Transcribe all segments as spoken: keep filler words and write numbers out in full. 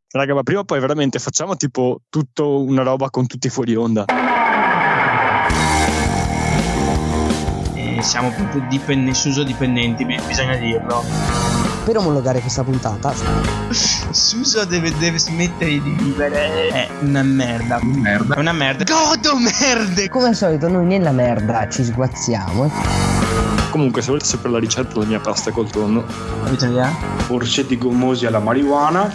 Raga, ma prima o poi veramente facciamo tipo tutto una roba con tutti fuori onda. E siamo proprio dipendenti, Suso dipendenti, bisogna dirlo. Per omologare questa puntata Suso deve, deve smettere di vivere. È una merda. Merda. È una merda. Godo merde. come al solito noi nella merda ci sguazziamo. Comunque, se volete sapere la ricetta della mia pasta col tonno, Avete un'idea? Orsetti gommosi alla marijuana.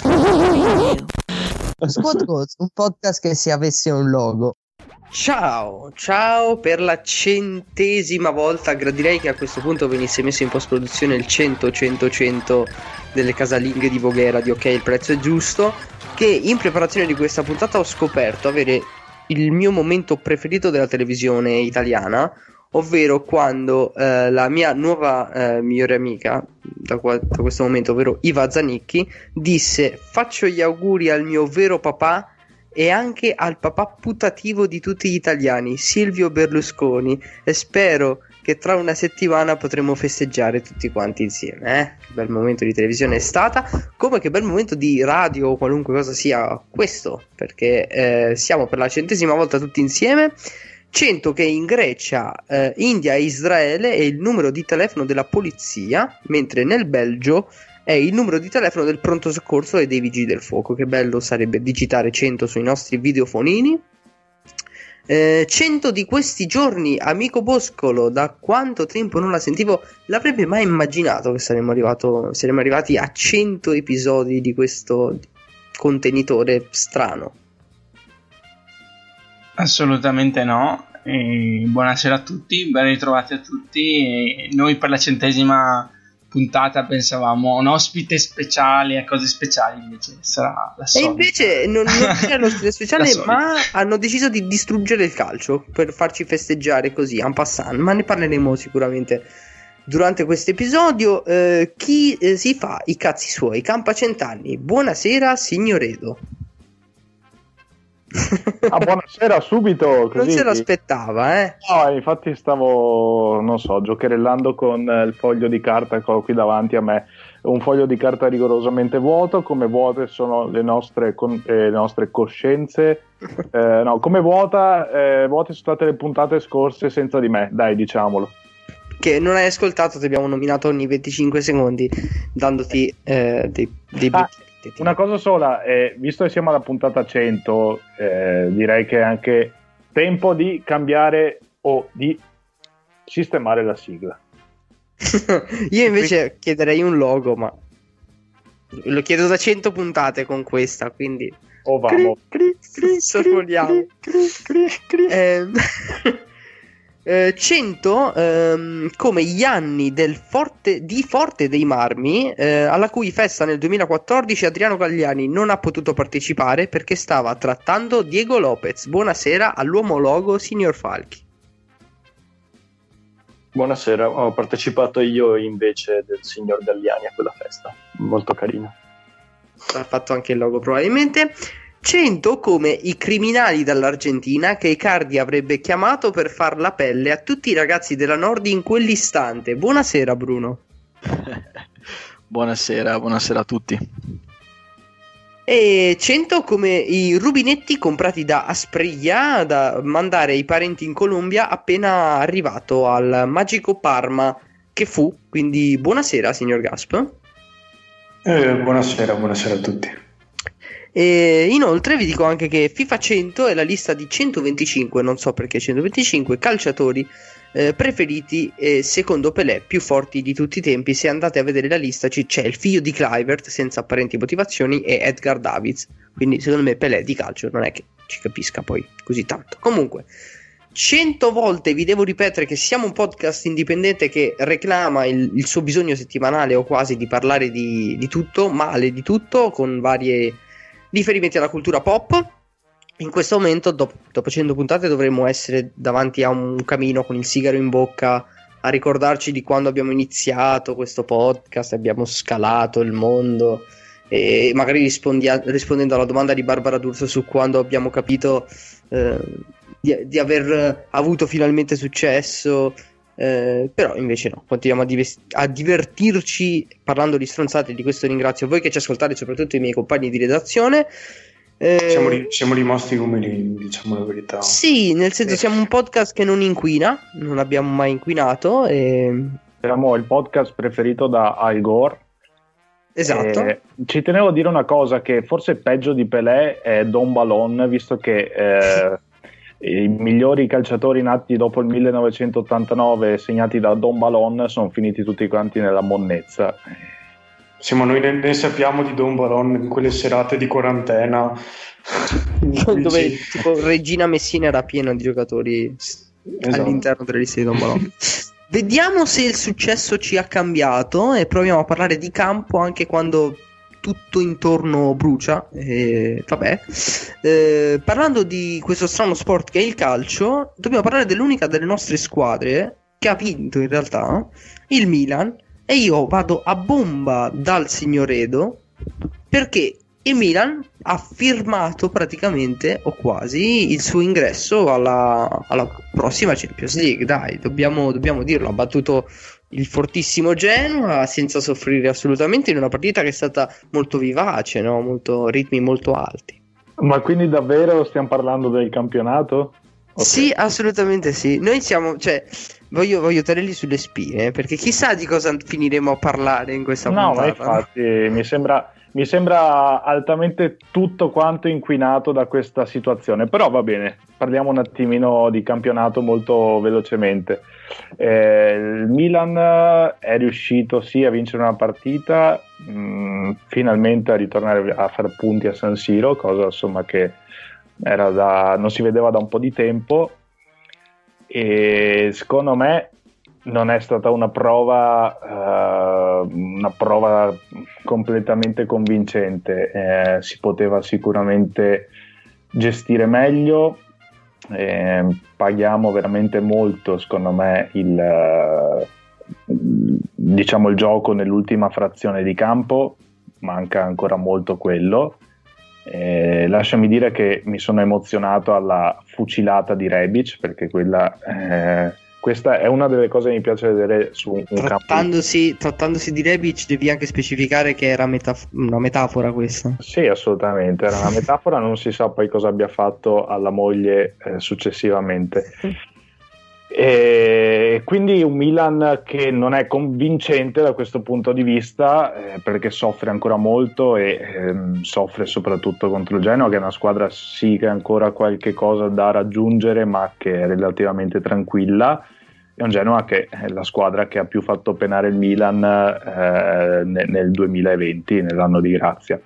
Podcast, un podcast che se avesse un logo. Ciao, ciao per la centesima volta. Gradirei che a questo punto venisse messo in post-produzione il cento cento cento delle casalinghe di Voghera di Ok, il prezzo è giusto. Che in preparazione di questa puntata ho scoperto avere il mio momento preferito della televisione italiana, ovvero quando eh, la mia nuova eh, migliore amica da, qua, da questo momento, ovvero Iva Zanicchi, disse: faccio gli auguri al mio vero papà e anche al papà putativo di tutti gli italiani, Silvio Berlusconi, e spero che tra una settimana potremo festeggiare tutti quanti insieme. Eh? Che bel momento di televisione è stata, come che bel momento di radio o qualunque cosa sia questo, perché eh, siamo per la centesima volta tutti insieme. Cento che in Grecia, eh, India e Israele è il numero di telefono della polizia, mentre nel Belgio è il numero di telefono del pronto soccorso e dei vigili del fuoco. Che bello sarebbe digitare cento sui nostri videofonini. eh, cento di questi giorni, amico Boscolo, da quanto tempo non la sentivo, l'avrebbe mai immaginato che saremmo, arrivato, saremmo arrivati a cento episodi di questo contenitore strano? Assolutamente no. E buonasera a tutti, ben ritrovati a tutti. E noi per la centesima puntata pensavamo un ospite speciale e cose speciali, invece sarà la E solita. invece non, non c'è l'ospite speciale, La solita. ma hanno deciso di distruggere il calcio per farci festeggiare così, en passant. Ma ne parleremo sicuramente durante questo episodio. Eh, chi eh, si fa i cazzi suoi campa cent'anni. Buonasera signor Edo. Ah, buonasera subito così. Non se l'aspettava, eh? No, infatti stavo, non so, giocherellando con il foglio di carta che ho qui davanti a me, un foglio di carta rigorosamente vuoto, come vuote sono le nostre, con, eh, le nostre coscienze, eh, no, come vuota, eh, vuote sono state le puntate scorse senza di me, dai, diciamolo. Che non hai ascoltato, ti abbiamo nominato ogni venticinque secondi dandoti eh, dei, dei Ah, bocchetti. Una cosa sola, eh, visto che siamo alla puntata cento, eh, direi che è anche tempo di cambiare o di sistemare la sigla. Io invece chiederei un logo, ma lo chiedo da cento puntate con questa, quindi Oh, vamo. sorvoliamo. Eh, eh, cento ehm, come gli anni del forte, di Forte dei Marmi, eh, alla cui festa nel duemilaquattordici Adriano Galliani non ha potuto partecipare perché stava trattando Diego Lopez. Buonasera all'uomo logo signor Falchi. Buonasera, ho partecipato io invece del signor Galliani a quella festa, molto carino. Ha fatto anche il logo probabilmente. cento come i criminali dall'Argentina che Icardi avrebbe chiamato per far la pelle a tutti i ragazzi della Nord in quell'istante. Buonasera Bruno. Buonasera, buonasera a tutti. E cento come i rubinetti comprati da Asprilla da mandare ai parenti in Colombia appena arrivato al magico Parma che fu. Quindi buonasera signor Gasp. Eh, buonasera, buonasera a tutti. E inoltre vi dico anche che FIFA cento è la lista di centoventicinque, non so perché centoventicinque calciatori eh, preferiti eh, secondo Pelé più forti di tutti i tempi. Se andate a vedere la lista c- c'è il figlio di Kluivert senza apparenti motivazioni e Edgar Davids, quindi secondo me Pelé di calcio non è che ci capisca poi così tanto. Comunque cento volte vi devo ripetere che siamo un podcast indipendente che reclama il, il suo bisogno settimanale o quasi di parlare di, di tutto, male di tutto, con varie riferimenti alla cultura pop. In questo momento, dopo, dopo cento puntate, dovremmo essere davanti a un camino con il sigaro in bocca a ricordarci di quando abbiamo iniziato questo podcast, abbiamo scalato il mondo e magari rispondi a, rispondendo alla domanda di Barbara D'Urso su quando abbiamo capito eh, di, di aver avuto finalmente successo Eh, però invece no, continuiamo a, dives- a divertirci parlando di stronzate. Di questo ringrazio voi che ci ascoltate, soprattutto i miei compagni di redazione. Eh, Siamo, ri- siamo rimasti umili, diciamo la verità. Sì, nel senso siamo un podcast che non inquina, non abbiamo mai inquinato. E... Siamo il podcast preferito da Al Gore. Esatto. Eh, ci tenevo a dire una cosa, che forse peggio di Pelé è Don Balon, visto che eh, i migliori calciatori nati dopo il millenovecentottantanove segnati da Don Balon sono finiti tutti quanti nella monnezza. Sì, ma noi ne, ne sappiamo di Don Balon in quelle serate di quarantena dove tipo Regina Messina era piena di giocatori, esatto, all'interno delle liste di Don Balon. Vediamo se il successo ci ha cambiato e proviamo a parlare di campo anche quando tutto intorno brucia. E, vabbè, eh, parlando di questo strano sport che è il calcio, dobbiamo parlare dell'unica delle nostre squadre che ha vinto in realtà, il Milan. E io vado a bomba dal signor Edo perché il Milan ha firmato praticamente o quasi il suo ingresso alla, alla prossima Champions League. Dai, dobbiamo, dobbiamo dirlo, ha battuto il fortissimo Genoa senza soffrire assolutamente, in una partita che è stata molto vivace, no? Molto, ritmi molto alti. Ma quindi davvero stiamo parlando del campionato? Okay. Sì, assolutamente sì. Noi siamo, cioè, voglio, voglio tenerli sulle spine, perché chissà di cosa finiremo a parlare in questa no, puntata. No, infatti mi sembra, mi sembra altamente tutto quanto inquinato da questa situazione, però va bene, parliamo un attimino di campionato molto velocemente. Eh, il Milan è riuscito sì a vincere una partita, mh, finalmente a ritornare a fare punti a San Siro, cosa insomma che era da, non si vedeva da un po' di tempo, e secondo me non è stata una prova uh, una prova completamente convincente. Eh, si poteva sicuramente gestire meglio. Eh, paghiamo veramente molto secondo me il uh, diciamo il gioco nell'ultima frazione di campo, manca ancora molto quello. Eh, lasciami dire che mi sono emozionato alla fucilata di Rebic, perché quella eh, questa è una delle cose che mi piace vedere su un, un trattandosi, campo. Trattandosi di Rebic devi anche specificare che era metaf- una metafora questa. Sì, assolutamente, era una metafora, non si sa poi cosa abbia fatto alla moglie eh, successivamente. E quindi un Milan che non è convincente da questo punto di vista, eh, perché soffre ancora molto e ehm, soffre soprattutto contro il Genoa, che è una squadra sì che ha ancora qualche cosa da raggiungere ma che è relativamente tranquilla. È un Genoa che è la squadra che ha più fatto penare il Milan eh, nel, nel duemilaventi, nell'anno di grazia.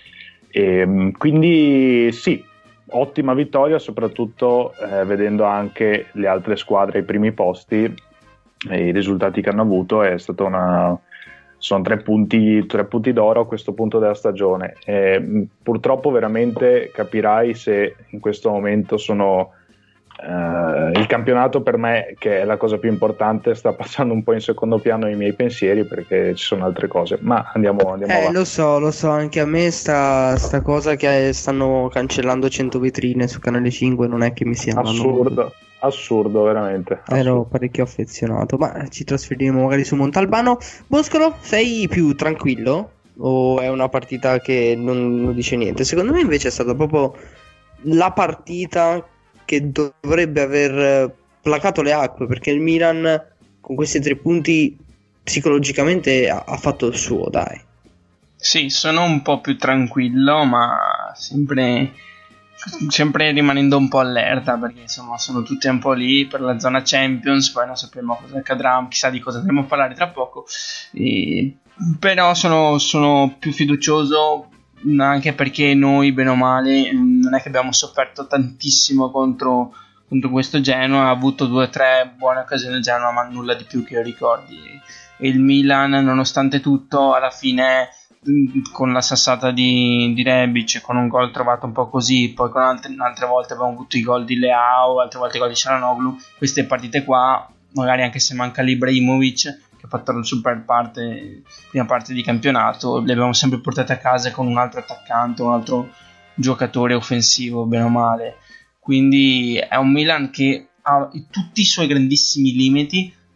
E, quindi sì, ottima vittoria, soprattutto eh, vedendo anche le altre squadre ai primi posti e i risultati che hanno avuto. È stata una sono tre punti, tre punti d'oro a questo punto della stagione. E, purtroppo veramente capirai se in questo momento sono eh, il campionato, per me, che è la cosa più importante, sta passando un po' in secondo piano i miei pensieri, perché ci sono altre cose, ma andiamo, andiamo eh avanti. lo so, lo so, anche a me sta, sta cosa che stanno cancellando cento vetrine su Canale cinque non è che mi sia assurdo, assurdo veramente assurdo. Ero parecchio affezionato, ma ci trasferiremo magari su Montalbano. Boscolo, sei più tranquillo o è una partita che non, non dice niente? Secondo me invece è stata proprio la partita che dovrebbe aver placato le acque, perché il Milan con questi tre punti psicologicamente ha, ha fatto il suo, dai. Sì, sono un po' più tranquillo, ma sempre, sempre rimanendo un po' allerta, perché insomma sono tutti un po' lì per la zona Champions, poi non sappiamo cosa accadrà, chissà di cosa andremo a parlare tra poco. E, però sono, sono più fiducioso, anche perché noi, bene o male, non è che abbiamo sofferto tantissimo contro, contro questo Genoa. Ha avuto due o tre buone occasioni il Genoa, ma nulla di più che io ricordi. E il Milan, nonostante tutto, alla fine, con la sassata di, di Rebic, con un gol trovato un po' così, poi con altre, altre volte abbiamo avuto i gol di Leao, altre volte i gol di Çalhanoğlu, queste partite qua, magari anche se manca l'Ibrahimovic, che ha fatto la super parte, prima parte di campionato, le abbiamo sempre portate a casa con un altro attaccante, un altro giocatore offensivo, bene o male. Quindi è un Milan che ha tutti i suoi grandissimi limiti,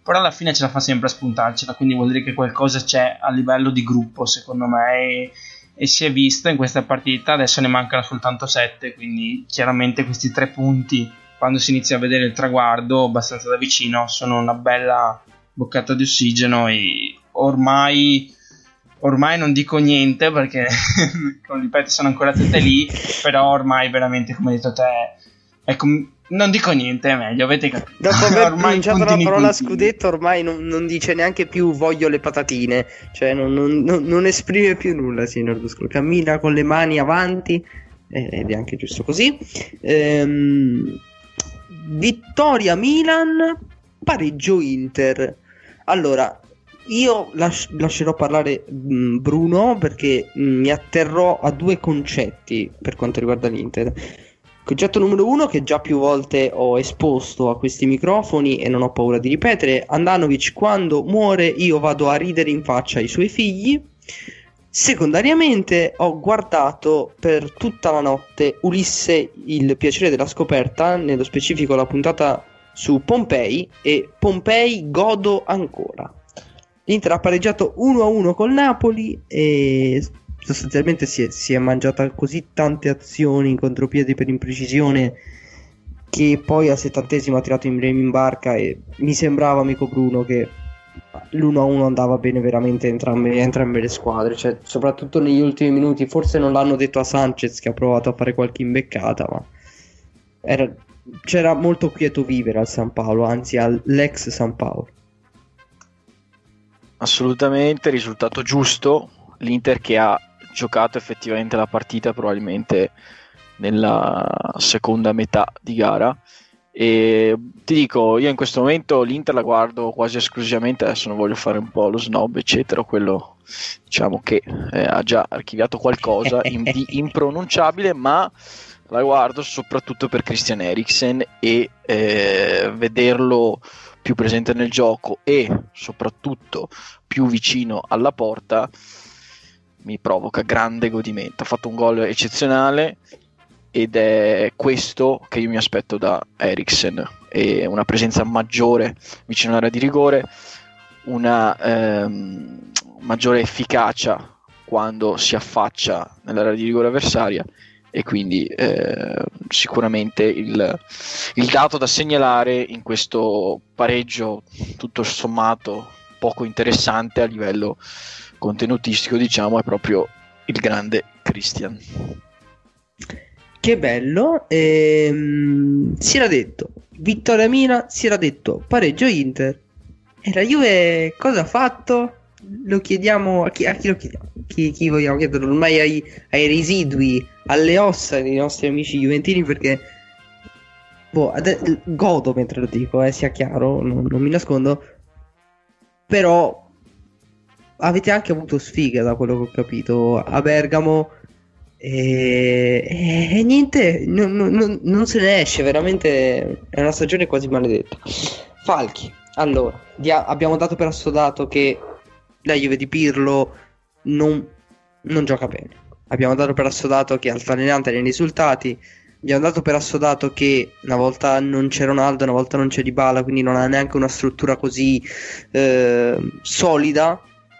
però alla fine ce la fa sempre a spuntarcela, quindi vuol dire che qualcosa c'è a livello di gruppo secondo me, e, e si è visto in questa partita. Adesso ne mancano soltanto sette, quindi chiaramente questi tre punti, quando si inizia a vedere il traguardo abbastanza da vicino, sono una bella boccata di ossigeno. E ormai ormai non dico niente perché con ripeto sono ancora tutte lì, però ormai veramente, come hai detto te, è com- non dico niente, è meglio, avete capito. Dopo aver ormai pronunciato la puntini, parola puntini. scudetto ormai non, non dice neanche più voglio le patatine, cioè non, non- non- non esprime più nulla, signor Duscolo, cammina con le mani avanti eh, ed è anche giusto così. Ehm, vittoria Milan, pareggio Inter. Allora, io las- lascerò parlare mh, Bruno, perché mh, mi atterrò a due concetti per quanto riguarda l'Inter. Concetto numero uno, che già più volte ho esposto a questi microfoni e non ho paura di ripetere: Handanovic quando muore io vado a ridere in faccia ai suoi figli. Secondariamente ho guardato per tutta la notte Ulisse, il piacere della scoperta, nello specifico la puntata su Pompei, e Pompei godo ancora. L'Inter ha pareggiato uno a uno col Napoli e sostanzialmente si è, si è mangiata così tante azioni in contropiede per imprecisione che poi al settantesimo ha tirato in in barca, e mi sembrava, amico Bruno, che l'uno a uno andava bene veramente entrambe, entrambe le squadre, cioè, soprattutto negli ultimi minuti. Forse non l'hanno detto a Sanchez, che ha provato a fare qualche imbeccata, ma era, c'era molto quieto vivere al San Paolo, anzi all'ex San Paolo. Assolutamente, risultato giusto. L'Inter che ha giocato effettivamente la partita probabilmente nella seconda metà di gara, e ti dico, io in questo momento l'Inter la guardo quasi esclusivamente, adesso non voglio fare un po' lo snob eccetera, quello diciamo che eh, ha già archiviato qualcosa in, di impronunciabile, ma la guardo soprattutto per Christian Eriksen e eh, vederlo più presente nel gioco e soprattutto più vicino alla porta mi provoca grande godimento. Ha fatto un gol eccezionale ed è questo che io mi aspetto da Eriksen, e una presenza maggiore vicino all'area di rigore, una ehm, maggiore efficacia quando si affaccia nell'area di rigore avversaria, e quindi eh, sicuramente il, il dato da segnalare in questo pareggio tutto sommato poco interessante a livello contenutistico, diciamo, è proprio il grande Christian. Che bello. Ehm, si era detto vittoria Milan, si era detto pareggio Inter, e la Juve cosa ha fatto? Lo chiediamo a chi, a chi lo chiediamo? Chi, chi vogliamo chiedere? Ormai ai, ai residui, alle ossa dei nostri amici juventini, perché boh, ade- godo mentre lo dico, eh, sia chiaro, non, non mi nascondo, però avete anche avuto sfiga, da quello che ho capito, a Bergamo, e, e, e niente, non, non, non se ne esce, veramente è una stagione quasi maledetta. Falchi, allora, dia- abbiamo dato per assodato che la Juve di Pirlo non, non gioca bene, abbiamo dato per assodato che è altalenante nei risultati, abbiamo dato per assodato che una volta non c'è Ronaldo, una volta non c'è Dybala, quindi non ha neanche una struttura così eh, solida.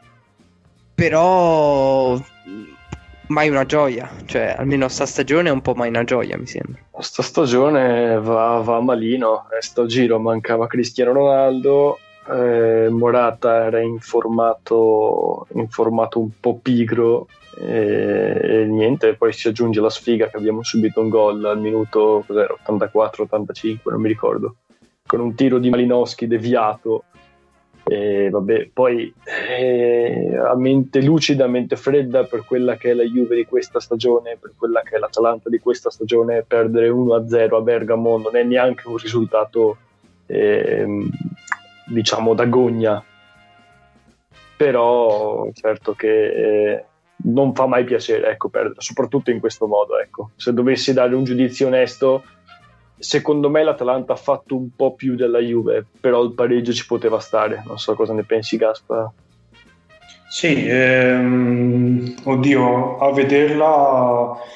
Però mai una gioia, cioè almeno sta stagione è un po' mai una gioia, mi sembra. Sta stagione va, va malino, eh, sto giro mancava Cristiano Ronaldo, eh, Morata era in formato, in formato un po' pigro, e, e niente, poi si aggiunge la sfiga che abbiamo subito un gol al minuto cos'era, ottantaquattro ottantacinque, non mi ricordo, con un tiro di Malinowski deviato. E vabbè, poi eh, a mente lucida, a mente fredda, per quella che è la Juve di questa stagione, per quella che è l'Atalanta di questa stagione, perdere uno a zero a Bergamo non è neanche un risultato eh, diciamo da gogna, però certo che eh, non fa mai piacere, ecco, perdere, soprattutto in questo modo, ecco. Se dovessi dare un giudizio onesto, secondo me l'Atalanta ha fatto un po' più della Juve, però il pareggio ci poteva stare. Non so cosa ne pensi, Gaspar. Sì, ehm, oddio, a vederla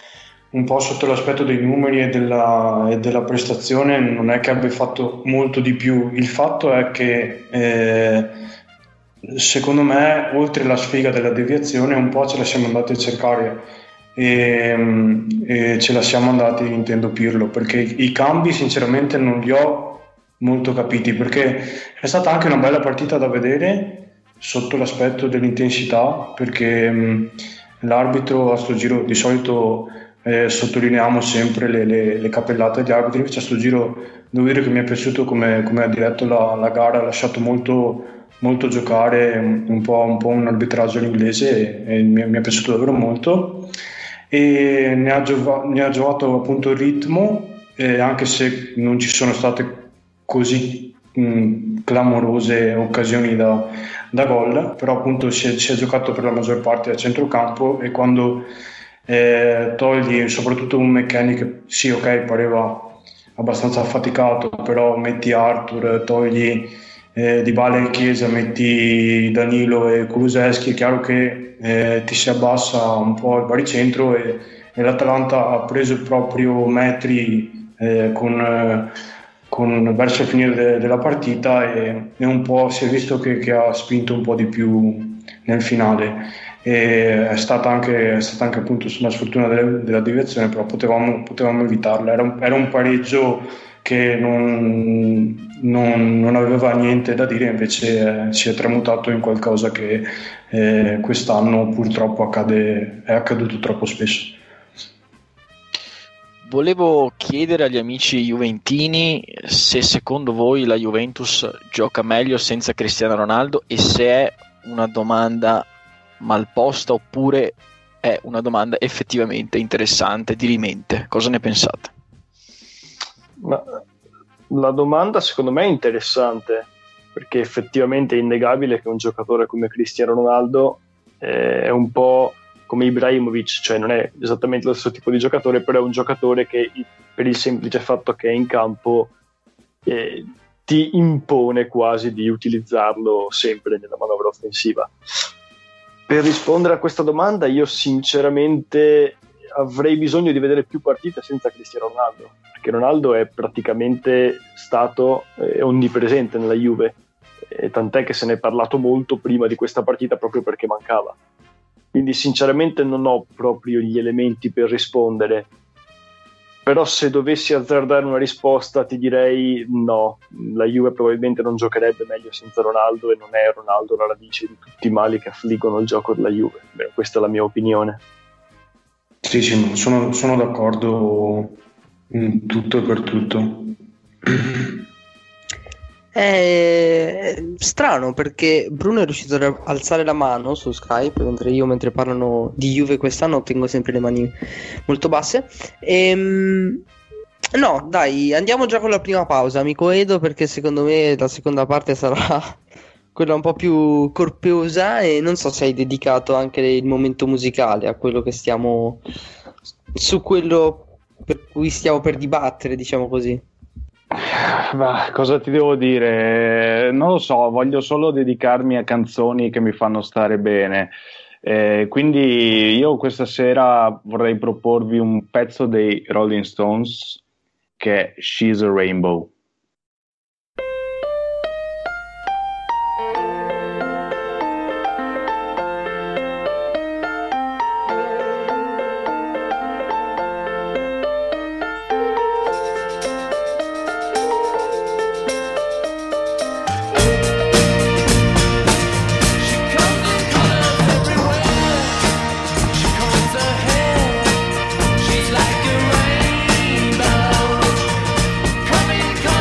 un po' sotto l'aspetto dei numeri e della, e della prestazione non è che abbia fatto molto di più. Il fatto è che eh, secondo me, oltre la sfiga della deviazione, un po' ce la siamo andati a cercare e, e ce la siamo andati, intendo Pirlo, perché i cambi sinceramente non li ho molto capiti, perché è stata anche una bella partita da vedere sotto l'aspetto dell'intensità, perché mh, l'arbitro a sto giro di solito eh, sottolineiamo sempre le, le, le cappellate degli arbitri, invece a sto giro devo dire che mi è piaciuto come, come ha diretto la, la gara, ha lasciato molto, molto giocare, un po', un po' un arbitraggio all'inglese e, e mi, mi è piaciuto davvero molto, e ne ha, giova, ne ha giovato appunto il ritmo, eh, anche se non ci sono state così mh, clamorose occasioni da, da gol, però appunto si è, si è giocato per la maggior parte a centrocampo, e quando eh, togli soprattutto un McKennie che sì, ok, pareva abbastanza affaticato, però metti Arthur, togli eh, Dybala e Chiesa, metti Danilo e Kulusevski, è chiaro che eh, ti si abbassa un po' il baricentro, e, e l'Atalanta ha preso proprio metri eh, con... Eh, Con, verso il finire de, della partita, e, e un po' si è visto che, che ha spinto un po' di più nel finale, e è stata anche, è stata anche appunto una sfortuna delle, della deviazione, però potevamo, potevamo evitarla. Era un, era un pareggio che non, non, non aveva niente da dire, invece eh, si è tramutato in qualcosa che eh, quest'anno purtroppo accade, è accaduto troppo spesso. Volevo chiedere agli amici juventini se secondo voi la Juventus gioca meglio senza Cristiano Ronaldo, e se è una domanda mal posta oppure è una domanda effettivamente interessante, dirimente. Cosa ne pensate? Ma la domanda secondo me è interessante, perché effettivamente è innegabile che un giocatore come Cristiano Ronaldo eh, è un po' come Ibrahimovic, cioè non è esattamente lo stesso tipo di giocatore, però è un giocatore che per il semplice fatto che è in campo eh, ti impone quasi di utilizzarlo sempre nella manovra offensiva. Per rispondere a questa domanda io sinceramente avrei bisogno di vedere più partite senza Cristiano Ronaldo, perché Ronaldo è praticamente stato eh, onnipresente nella Juve, eh, tant'è che se ne è parlato molto prima di questa partita proprio perché mancava. Quindi sinceramente non ho proprio gli elementi per rispondere, però se dovessi azzardare una risposta ti direi no, la Juve probabilmente non giocherebbe meglio senza Ronaldo, e non è Ronaldo la radice di tutti i mali che affliggono il gioco della Juve. Beh, questa è la mia opinione. Sì, sì, sono, sono d'accordo in tutto e per tutto. È strano perché Bruno è riuscito ad alzare la mano su Skype, mentre io, mentre parlano di Juve quest'anno, tengo sempre le mani molto basse. Ehm, no, dai, andiamo già con la prima pausa, amico Edo, perché secondo me la seconda parte sarà quella un po' più corposa, e non so se hai dedicato anche il momento musicale a quello che stiamo, su quello per cui stiamo per dibattere, diciamo così. Ma cosa ti devo dire? Non lo so, voglio solo dedicarmi a canzoni che mi fanno stare bene. Eh, quindi io questa sera vorrei proporvi un pezzo dei Rolling Stones che è She's a Rainbow. She's like a rainbow coming, coming.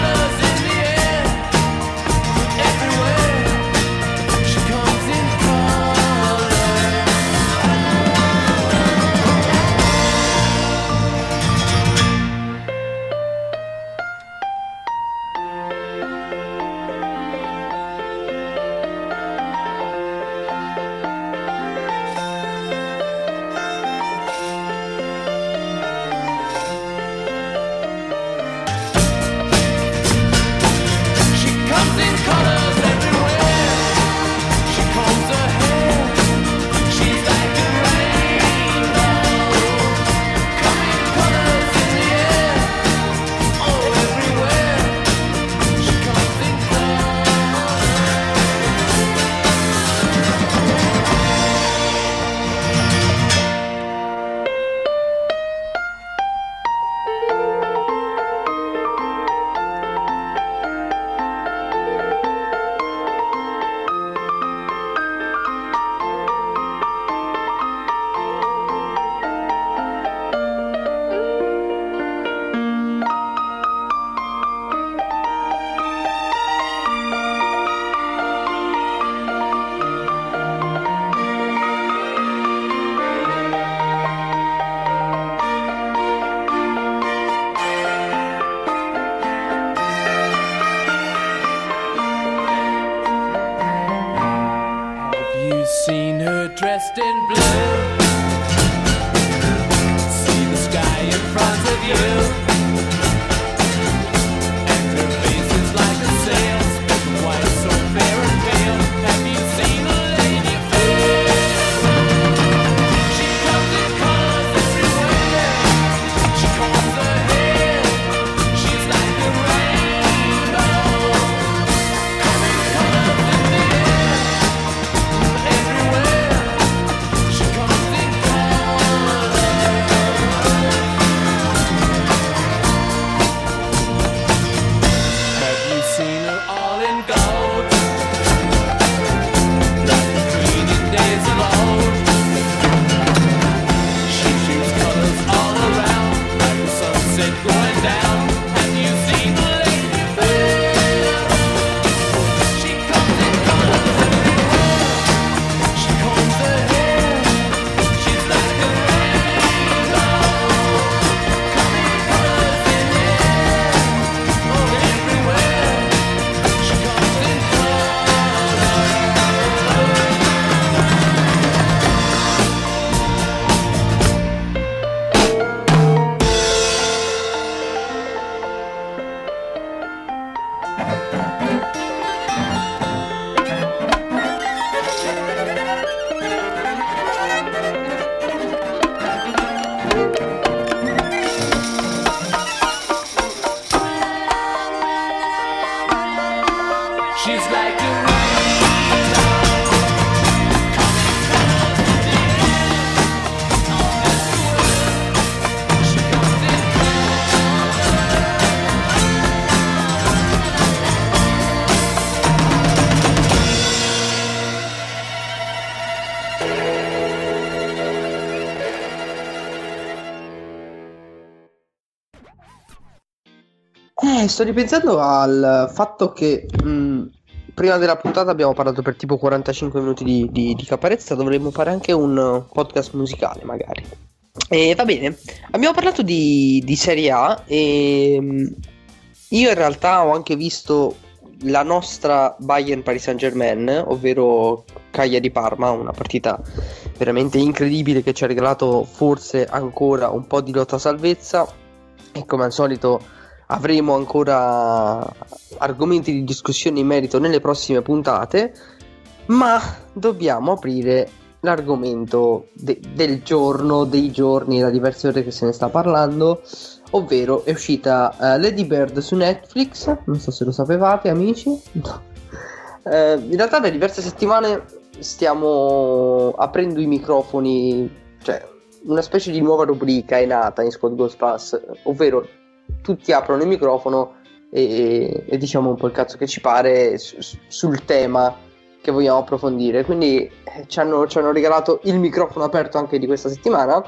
Eh, sto ripensando al fatto che mh, prima della puntata abbiamo parlato per tipo quarantacinque minuti di, di, di Caparezza, dovremmo fare anche un podcast musicale magari. E va bene, abbiamo parlato di, di Serie A e mh, io in realtà ho anche visto la nostra Bayern Paris Saint-Germain, ovvero Cagliari Parma, una partita veramente incredibile che ci ha regalato forse ancora un po' di lotta a salvezza, e come al solito avremo ancora argomenti di discussione in merito nelle prossime puntate, ma dobbiamo aprire l'argomento de- del giorno, dei giorni, da diverse ore che se ne sta parlando, ovvero è uscita uh, Lady Bird su Netflix, non so se lo sapevate amici. No. Uh, in realtà da diverse settimane stiamo aprendo i microfoni, cioè una specie di nuova rubrica è nata in Squad Goals Plus, ovvero tutti aprono il microfono e, e diciamo un po' il cazzo che ci pare su, sul tema che vogliamo approfondire, quindi eh, ci, hanno, ci hanno regalato il microfono aperto anche di questa settimana.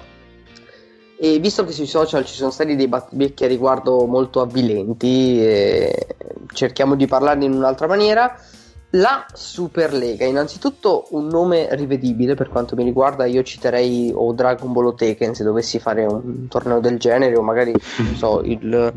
E visto che sui social ci sono stati dei battibecchi a riguardo molto avvilenti, eh, cerchiamo di parlarne in un'altra maniera. La Superlega, innanzitutto un nome rivedibile per quanto mi riguarda. Io citerei o Dragon Ball o Tekken se dovessi fare un torneo del genere, o magari non so, il,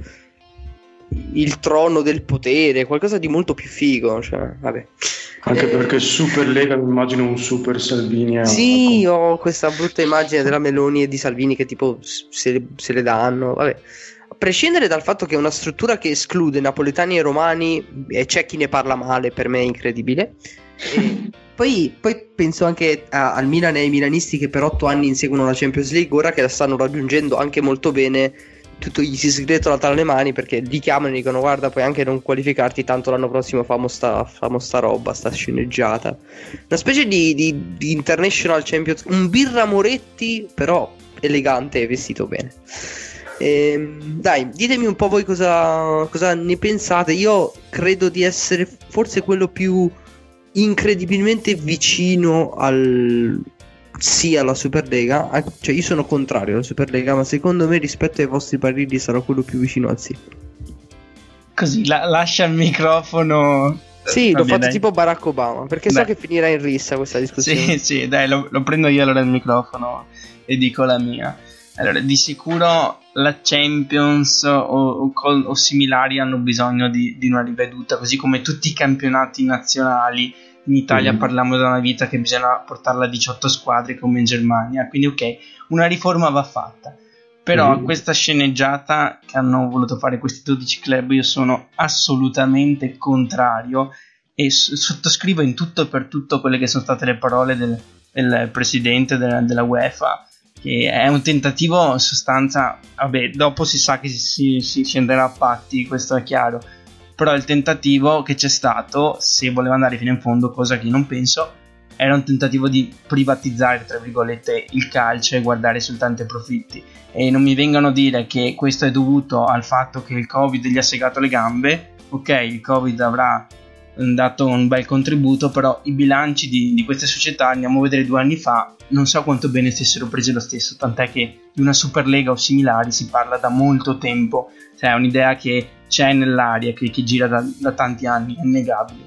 il trono del potere, qualcosa di molto più figo, cioè, vabbè. Anche perché Superlega mi immagino un Super Salvini. È sì, una... ho questa brutta immagine della Meloni e di Salvini che tipo se, se le danno, vabbè. A prescindere dal fatto che è una struttura che esclude napoletani e romani, e c'è chi ne parla male, per me è incredibile. E poi, poi penso anche a, al Milan e ai milanisti che per otto anni inseguono la Champions League, ora che la stanno raggiungendo anche molto bene, tutto gli si sgretolano tra le mani perché li chiamano e dicono guarda puoi anche non qualificarti, tanto l'anno prossimo famo sta, famo sta roba, sta sceneggiata, una specie di, di, di International Champions, un Birra Moretti però elegante e vestito bene. E, dai, ditemi un po' voi cosa, cosa ne pensate. Io credo di essere forse quello più incredibilmente vicino al sì alla Superlega, cioè io sono contrario alla Superlega, ma secondo me rispetto ai vostri pareri sarò quello più vicino al sì. Così la- lascia il microfono. Sì, Va l'ho bene, fatto dai. tipo Barack Obama, perché Dai. so che finirà in rissa questa discussione. Sì, sì, dai, lo, lo prendo io allora il microfono e dico la mia. Allora, di sicuro la Champions o, o, col- o similari hanno bisogno di, di una riveduta, così come tutti i campionati nazionali. In Italia Mm. parliamo da una vita che bisogna portarla a diciotto squadre come in Germania, quindi ok, una riforma va fatta. Però a Mm. questa sceneggiata che hanno voluto fare questi dodici club io sono assolutamente contrario e s- sottoscrivo in tutto e per tutto quelle che sono state le parole del, del presidente della, della UEFA, che è un tentativo in sostanza, vabbè, dopo si sa che si, si, si scenderà a patti, questo è chiaro, però il tentativo che c'è stato, se voleva andare fino in fondo, cosa che io non penso, era un tentativo di privatizzare tra virgolette il calcio e guardare soltanto i profitti. E non mi vengano a dire che questo è dovuto al fatto che il Covid gli ha segato le gambe. Ok, il Covid avrà dato un bel contributo, però i bilanci di, di queste società, andiamo a vedere due anni fa, non so quanto bene stessero presi lo stesso, tant'è che di una Superlega o similari si parla da molto tempo, cioè è un'idea che c'è nell'aria, che, che gira da, da tanti anni, è innegabile.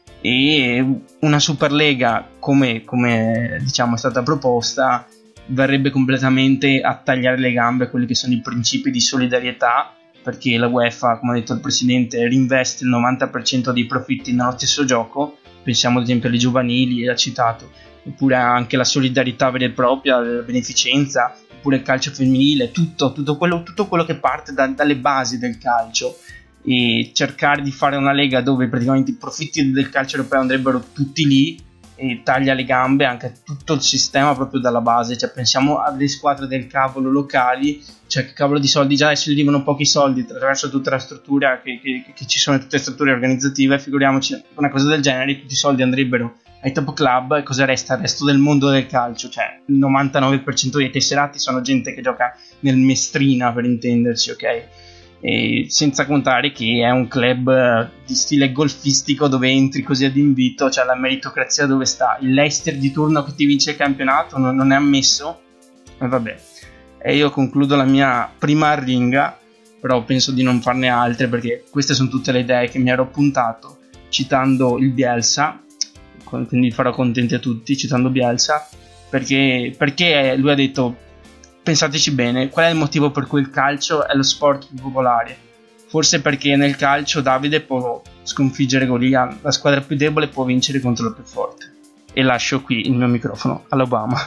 E una Superlega come, come diciamo è stata proposta verrebbe completamente a tagliare le gambe a quelli che sono i principi di solidarietà, perché la UEFA, come ha detto il presidente, reinveste il novanta per cento dei profitti nello stesso gioco. Pensiamo ad esempio alle giovanili, ha citato, oppure anche la solidarietà vera e propria, la beneficenza, oppure il calcio femminile, tutto, tutto, quello, tutto quello che parte da, dalle basi del calcio, e cercare di fare una lega dove praticamente i profitti del calcio europeo andrebbero tutti lì, e taglia le gambe anche a tutto il sistema proprio dalla base. Cioè pensiamo alle squadre del cavolo locali, cioè che cavolo di soldi, già adesso gli arrivano pochi soldi attraverso tutta la struttura che, che, che ci sono, tutte le strutture organizzative, figuriamoci una cosa del genere, tutti i soldi andrebbero ai top club e cosa resta? Il resto del mondo del calcio, cioè il novantanove per cento dei tesserati sono gente che gioca nel Mestrina, per intenderci, ok? E senza contare che è un club di stile golfistico dove entri così ad invito, cioè la meritocrazia dove sta? Il Leicester di turno che ti vince il campionato non, non è ammesso? E vabbè, e io concludo la mia prima arringa però penso di non farne altre, perché queste sono tutte le idee che mi ero appuntato citando il Bielsa, quindi farò contenti a tutti citando Bielsa, perché, perché lui ha detto: pensateci bene, qual è il motivo per cui il calcio è lo sport più popolare? Forse perché nel calcio Davide può sconfiggere Golia, la squadra più debole può vincere contro la più forte. E lascio qui il mio microfono all'Obama.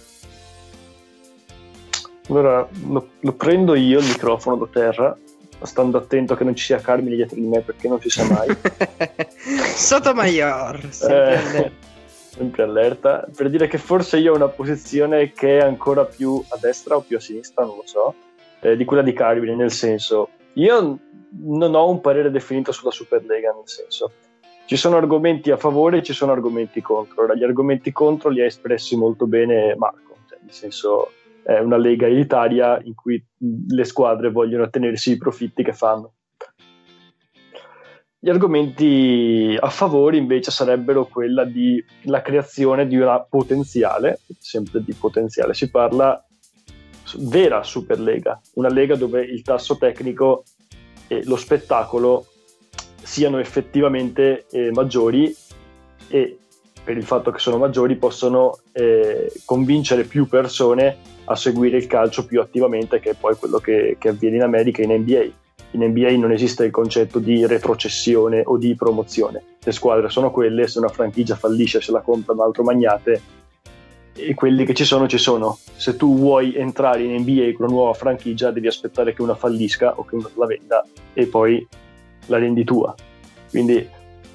Allora lo, lo prendo io il microfono da terra, stando attento che non ci sia Carmine dietro di me, perché non si sa mai. Sotomayor, sempre, eh, sempre allerta, per dire che forse io ho una posizione che è ancora più a destra o più a sinistra, non lo so, eh, di quella di Carmine, nel senso, io non ho un parere definito sulla Superlega, nel senso, ci sono argomenti a favore e ci sono argomenti contro. Ora, gli argomenti contro li ha espressi molto bene Marco, cioè, nel senso, è una lega elitaria in cui le squadre vogliono ottenersi i profitti che fanno. Gli argomenti a favore invece sarebbero quella di la creazione di una potenziale, sempre di potenziale si parla, vera Superlega, una lega dove il tasso tecnico e lo spettacolo siano effettivamente eh, maggiori, e per il fatto che sono maggiori possono eh, convincere più persone a seguire il calcio più attivamente, che è poi quello che, che avviene in America in N B A. In N B A non esiste il concetto di retrocessione o di promozione, le squadre sono quelle, se una franchigia fallisce se la compra un altro magnate, e quelli che ci sono ci sono. Se tu vuoi entrare in N B A con una nuova franchigia devi aspettare che una fallisca o che una la venda e poi la rendi tua. Quindi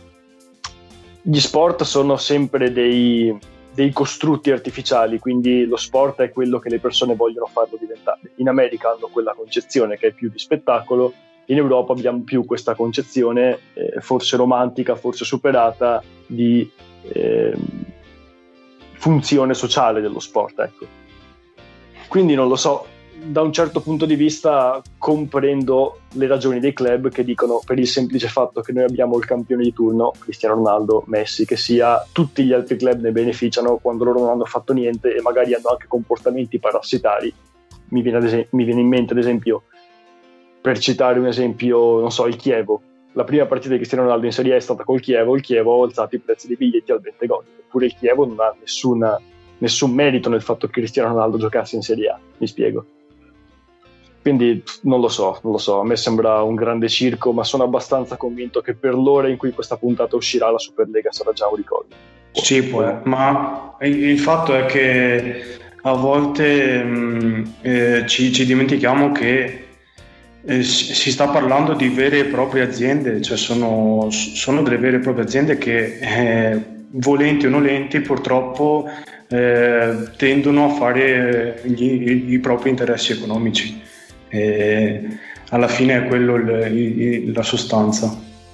gli sport sono sempre dei, dei costrutti artificiali, quindi lo sport è quello che le persone vogliono farlo diventare. In America hanno quella concezione che è più di spettacolo, in Europa abbiamo più questa concezione eh, forse romantica, forse superata, di eh, funzione sociale dello sport, ecco. Quindi non lo so, da un certo punto di vista comprendo le ragioni dei club che dicono, per il semplice fatto che noi abbiamo il campione di turno, Cristiano Ronaldo, Messi, che sia, tutti gli altri club ne beneficiano quando loro non hanno fatto niente e magari hanno anche comportamenti parassitari. Mi viene, ad esempio, mi viene in mente, ad esempio, per citare un esempio, non so, il Chievo. La prima partita di Cristiano Ronaldo in Serie A è stata col Chievo, il Chievo ha alzato i prezzi dei biglietti al venti gol, eppure il Chievo non ha nessuna, nessun merito nel fatto che Cristiano Ronaldo giocasse in Serie A, mi spiego. Quindi non lo so, non lo so, a me sembra un grande circo, ma sono abbastanza convinto che per l'ora in cui questa puntata uscirà la Superlega sarà già un ricordo. Sì, poi, ma il fatto è che a volte mh, eh, ci, ci dimentichiamo che eh, si sta parlando di vere e proprie aziende, cioè sono, sono delle vere e proprie aziende che eh, volenti o nolenti purtroppo eh, tendono a fare gli, i, i propri interessi economici. E alla fine è quello il, il, la sostanza.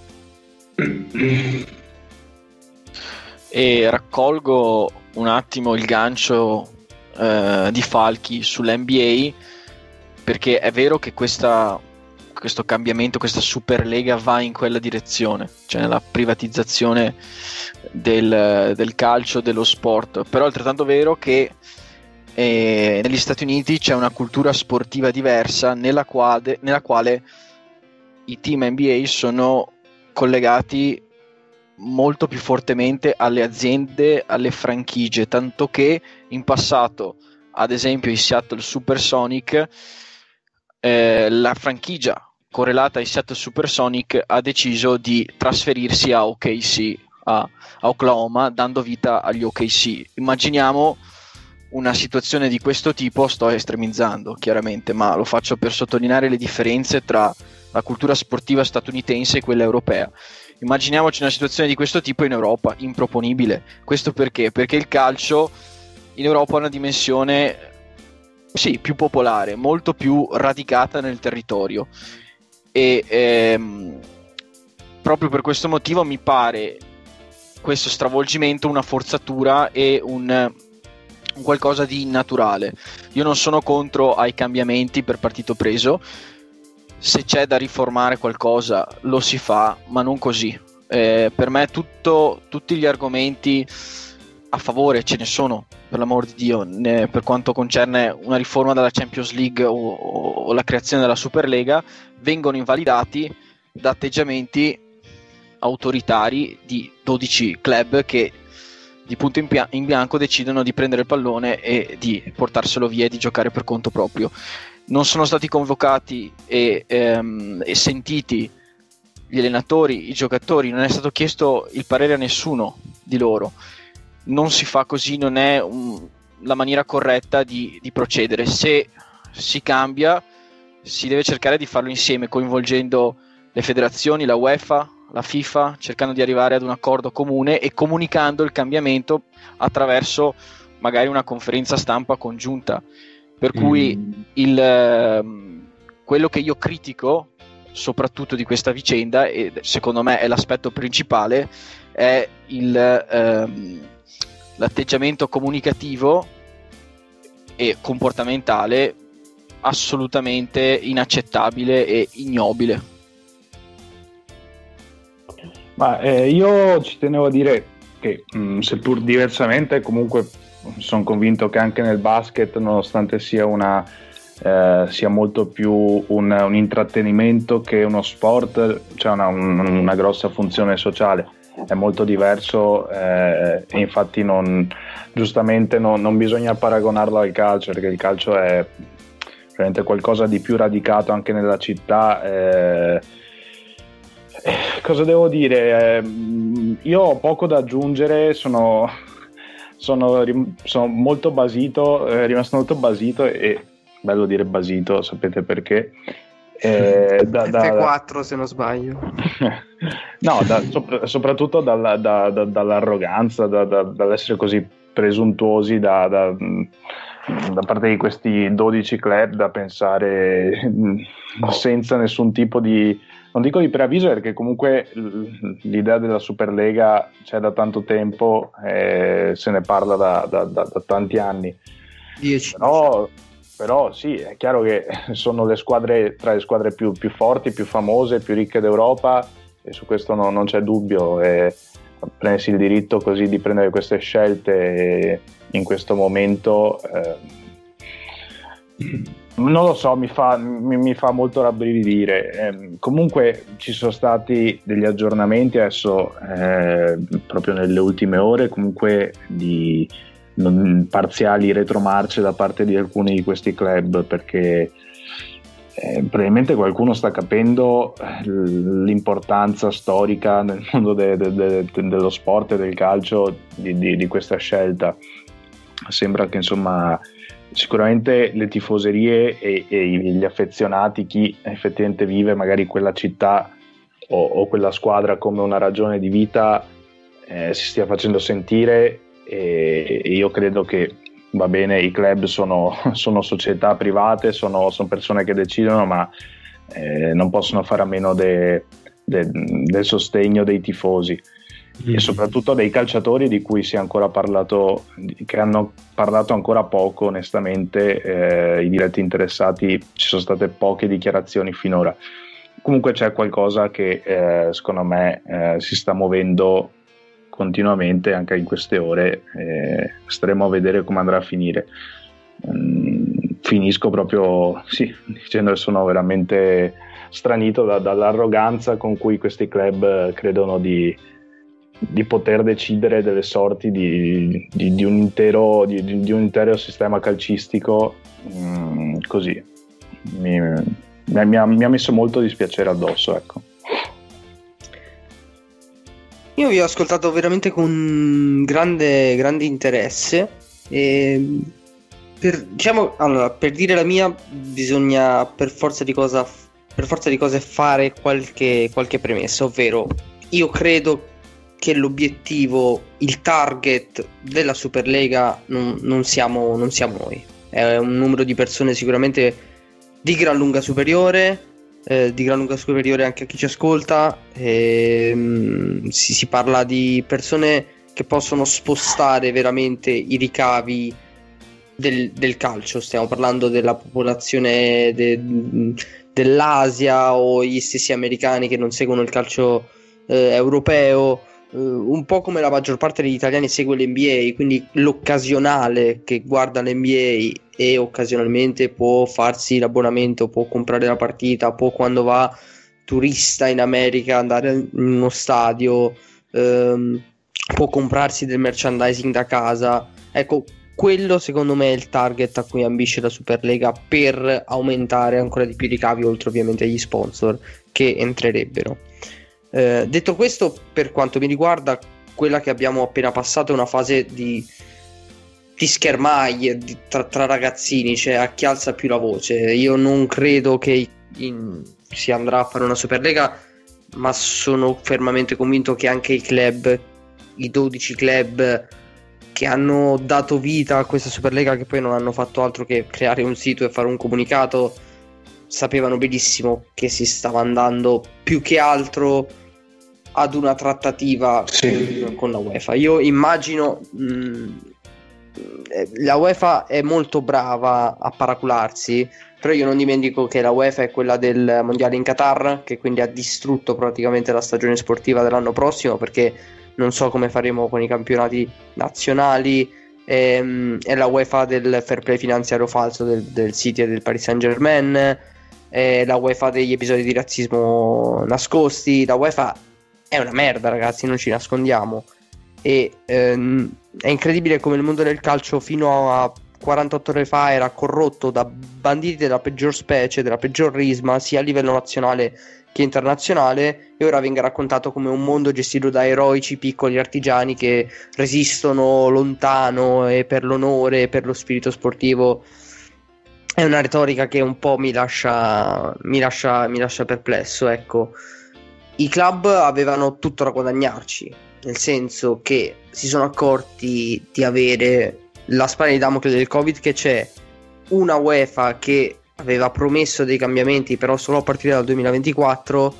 E raccolgo un attimo il gancio eh, di Falchi sull'N B A, perché è vero che questa, questo cambiamento, questa Superlega va in quella direzione, cioè nella privatizzazione del, del calcio, dello sport, però è altrettanto vero che e negli Stati Uniti c'è una cultura sportiva diversa nella quale, nella quale i team N B A sono collegati molto più fortemente alle aziende, alle franchigie, tanto che in passato, ad esempio i Seattle Supersonic, eh, la franchigia correlata ai Seattle Supersonic ha deciso di trasferirsi a O K C, a, a Oklahoma, dando vita agli O K C. Immaginiamo una situazione di questo tipo, sto estremizzando chiaramente, ma lo faccio per sottolineare le differenze tra la cultura sportiva statunitense e quella europea. Immaginiamoci una situazione di questo tipo in Europa, improponibile. Questo perché? Perché il calcio in Europa ha una dimensione, sì, più popolare, molto più radicata nel territorio, e ehm, proprio per questo motivo mi pare questo stravolgimento una forzatura e un un qualcosa di naturale. Io non sono contro ai cambiamenti per partito preso, se c'è da riformare qualcosa lo si fa, ma non così. Eh, per me tutto, tutti gli argomenti a favore ce ne sono, per l'amor di Dio, ne, per quanto concerne una riforma della Champions League o, o la creazione della Superlega, vengono invalidati da atteggiamenti autoritari di dodici club che di punto in, pia- in bianco decidono di prendere il pallone e di portarselo via e di giocare per conto proprio. Non sono stati convocati e, ehm, e sentiti gli allenatori, i giocatori, non è stato chiesto il parere a nessuno di loro. Non si fa così, non è un, la maniera corretta di, di procedere. Se si cambia, si deve cercare di farlo insieme, coinvolgendo le federazioni, la UEFA, la FIFA, cercando di arrivare ad un accordo comune e comunicando il cambiamento attraverso magari una conferenza stampa congiunta. Per cui mm. il, eh, quello che io critico soprattutto di questa vicenda, e secondo me è l'aspetto principale, è il, ehm, l'atteggiamento comunicativo e comportamentale assolutamente inaccettabile e ignobile. Ma eh, io ci tenevo a dire che mh, seppur diversamente, comunque sono convinto che anche nel basket, nonostante sia una eh, sia molto più un, un intrattenimento che uno sport, c'è una, un, una grossa funzione sociale. È molto diverso eh, e infatti non, giustamente non, non bisogna paragonarlo al calcio, perché il calcio è veramente qualcosa di più radicato anche nella città. Eh, cosa devo dire? Eh, io ho poco da aggiungere, sono, sono, sono molto basito, eh, rimasto molto basito, e bello dire basito, sapete perché? Eh, da, da, F quattro se non sbaglio. No, da, sopra, soprattutto dalla, da, da, dall'arroganza, da, da, dall'essere così presuntuosi da, da, da parte di questi dodici club, da pensare senza nessun tipo di, non dico di preavviso, perché comunque l'idea della Superlega c'è da tanto tempo, eh, se ne parla da, da, da, da tanti anni. Dieci. Però, però sì, è chiaro che sono le squadre tra le squadre più, più forti, più famose, più ricche d'Europa, e su questo no, non c'è dubbio. E prendersi il diritto così di prendere queste scelte in questo momento, eh, non lo so, mi fa, mi, mi fa molto rabbrividire. Eh, comunque ci sono stati degli aggiornamenti adesso, eh, proprio nelle ultime ore, comunque di non, parziali retromarce da parte di alcuni di questi club, perché eh, probabilmente qualcuno sta capendo l'importanza storica nel mondo de, de, de, de, dello sport e del calcio di, di, di questa scelta. Sembra che insomma sicuramente le tifoserie e, e gli affezionati, chi effettivamente vive magari quella città o, o quella squadra come una ragione di vita, eh, si stia facendo sentire, e, e io credo che va bene, i club sono, sono società private, sono, sono persone che decidono, ma eh, non possono fare a meno de, de, del sostegno dei tifosi. E soprattutto dei calciatori, di cui si è ancora parlato, che hanno parlato ancora poco, onestamente. Eh, i diretti interessati, ci sono state poche dichiarazioni finora. Comunque c'è qualcosa che eh, secondo me eh, si sta muovendo continuamente anche in queste ore, eh, staremo a vedere come andrà a finire. Mm, finisco proprio sì, dicendo che sono veramente stranito da, dall'arroganza con cui questi club credono di di poter decidere delle sorti di, di, di, un, intero, di, di un intero sistema calcistico, mh, così mi, mi, ha, mi ha messo molto dispiacere addosso, ecco. Io vi ho ascoltato veramente con grande, grande interesse, e per, diciamo, allora, per dire la mia bisogna per forza di cosa per forza di cose fare qualche, qualche premessa, ovvero io credo che l'obiettivo, il target della Superlega non, non, siamo, non siamo noi. È un numero di persone sicuramente di gran lunga superiore, eh, di gran lunga superiore anche a chi ci ascolta. E, si, si parla di persone che possono spostare veramente i ricavi del, del calcio. Stiamo parlando della popolazione de, dell'Asia o gli stessi americani che non seguono il calcio eh, europeo. un po' come la maggior parte degli italiani segue l'N B A, quindi l'occasionale che guarda l'N B A e occasionalmente può farsi l'abbonamento, può comprare la partita, può quando va turista in America andare in uno stadio, ehm, può comprarsi del merchandising da casa. Ecco, quello secondo me è il target a cui ambisce la Superlega per aumentare ancora di più i ricavi, oltre ovviamente agli sponsor che entrerebbero. Eh, detto questo, per quanto mi riguarda, quella che abbiamo appena passato è una fase di, di schermaglie di, tra, tra ragazzini, cioè a chi alza più la voce. Io non credo che in, si andrà a fare una Superlega, ma sono fermamente convinto che anche i club, i dodici club che hanno dato vita a questa Superlega, che poi non hanno fatto altro che creare un sito e fare un comunicato, sapevano benissimo che si stava andando più che altro ad una trattativa sì. con la UEFA. Io immagino mh, la UEFA è molto brava a paracularsi, però io non dimentico che la UEFA è quella del mondiale in Qatar, che quindi ha distrutto praticamente la stagione sportiva dell'anno prossimo, perché non so come faremo con i campionati nazionali. Ehm, è la UEFA del fair play finanziario falso del, del City e del Paris Saint-Germain, è la UEFA degli episodi di razzismo nascosti. La UEFA è una merda, ragazzi, non ci nascondiamo. E ehm, è incredibile come il mondo del calcio fino a quarantotto ore fa era corrotto da banditi della peggior specie, della peggior risma, sia a livello nazionale che internazionale, e ora venga raccontato come un mondo gestito da eroici piccoli artigiani che resistono lontano e per l'onore e per lo spirito sportivo. È una retorica che un po' mi lascia mi lascia, mi lascia perplesso, ecco. I club avevano tutto da guadagnarci, nel senso che si sono accorti di avere la spada di Damocle del Covid, che c'è una UEFA che aveva promesso dei cambiamenti però solo a partire dal duemilaventiquattro,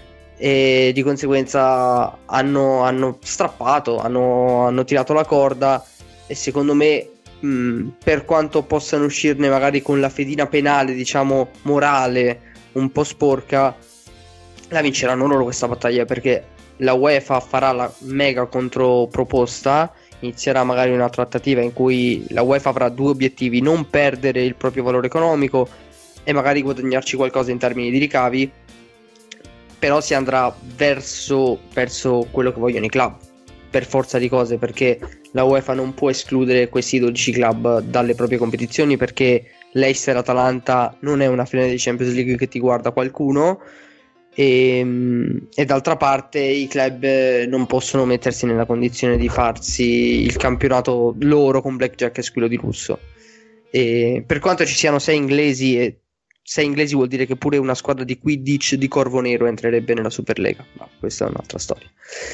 e di conseguenza hanno, hanno strappato, hanno, hanno tirato la corda, e secondo me mh, per quanto possano uscirne magari con la fedina penale, diciamo morale, un po' sporca, la vinceranno loro questa battaglia, perché la UEFA farà la mega controproposta, inizierà magari una trattativa in cui la UEFA avrà due obiettivi: non perdere il proprio valore economico e magari guadagnarci qualcosa in termini di ricavi, però si andrà verso, verso quello che vogliono i club per forza di cose, perché la UEFA non può escludere questi dodici club dalle proprie competizioni, perché l'Eister-Atalanta non è una finale di Champions League che ti guarda qualcuno. E, e d'altra parte i club non possono mettersi nella condizione di farsi il campionato loro con blackjack e squillo di lusso. E per quanto ci siano sei inglesi, e sei inglesi vuol dire che pure una squadra di Quidditch di Corvo Nero entrerebbe nella Superlega, ma questa è un'altra storia.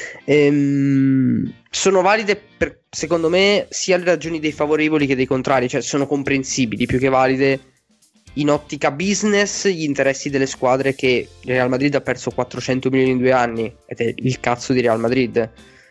E, sono valide per, secondo me, sia le ragioni dei favorevoli che dei contrari, cioè sono comprensibili, più che valide in ottica business gli interessi delle squadre, che il Real Madrid ha perso quattrocento milioni in due anni ed è il cazzo di Real Madrid,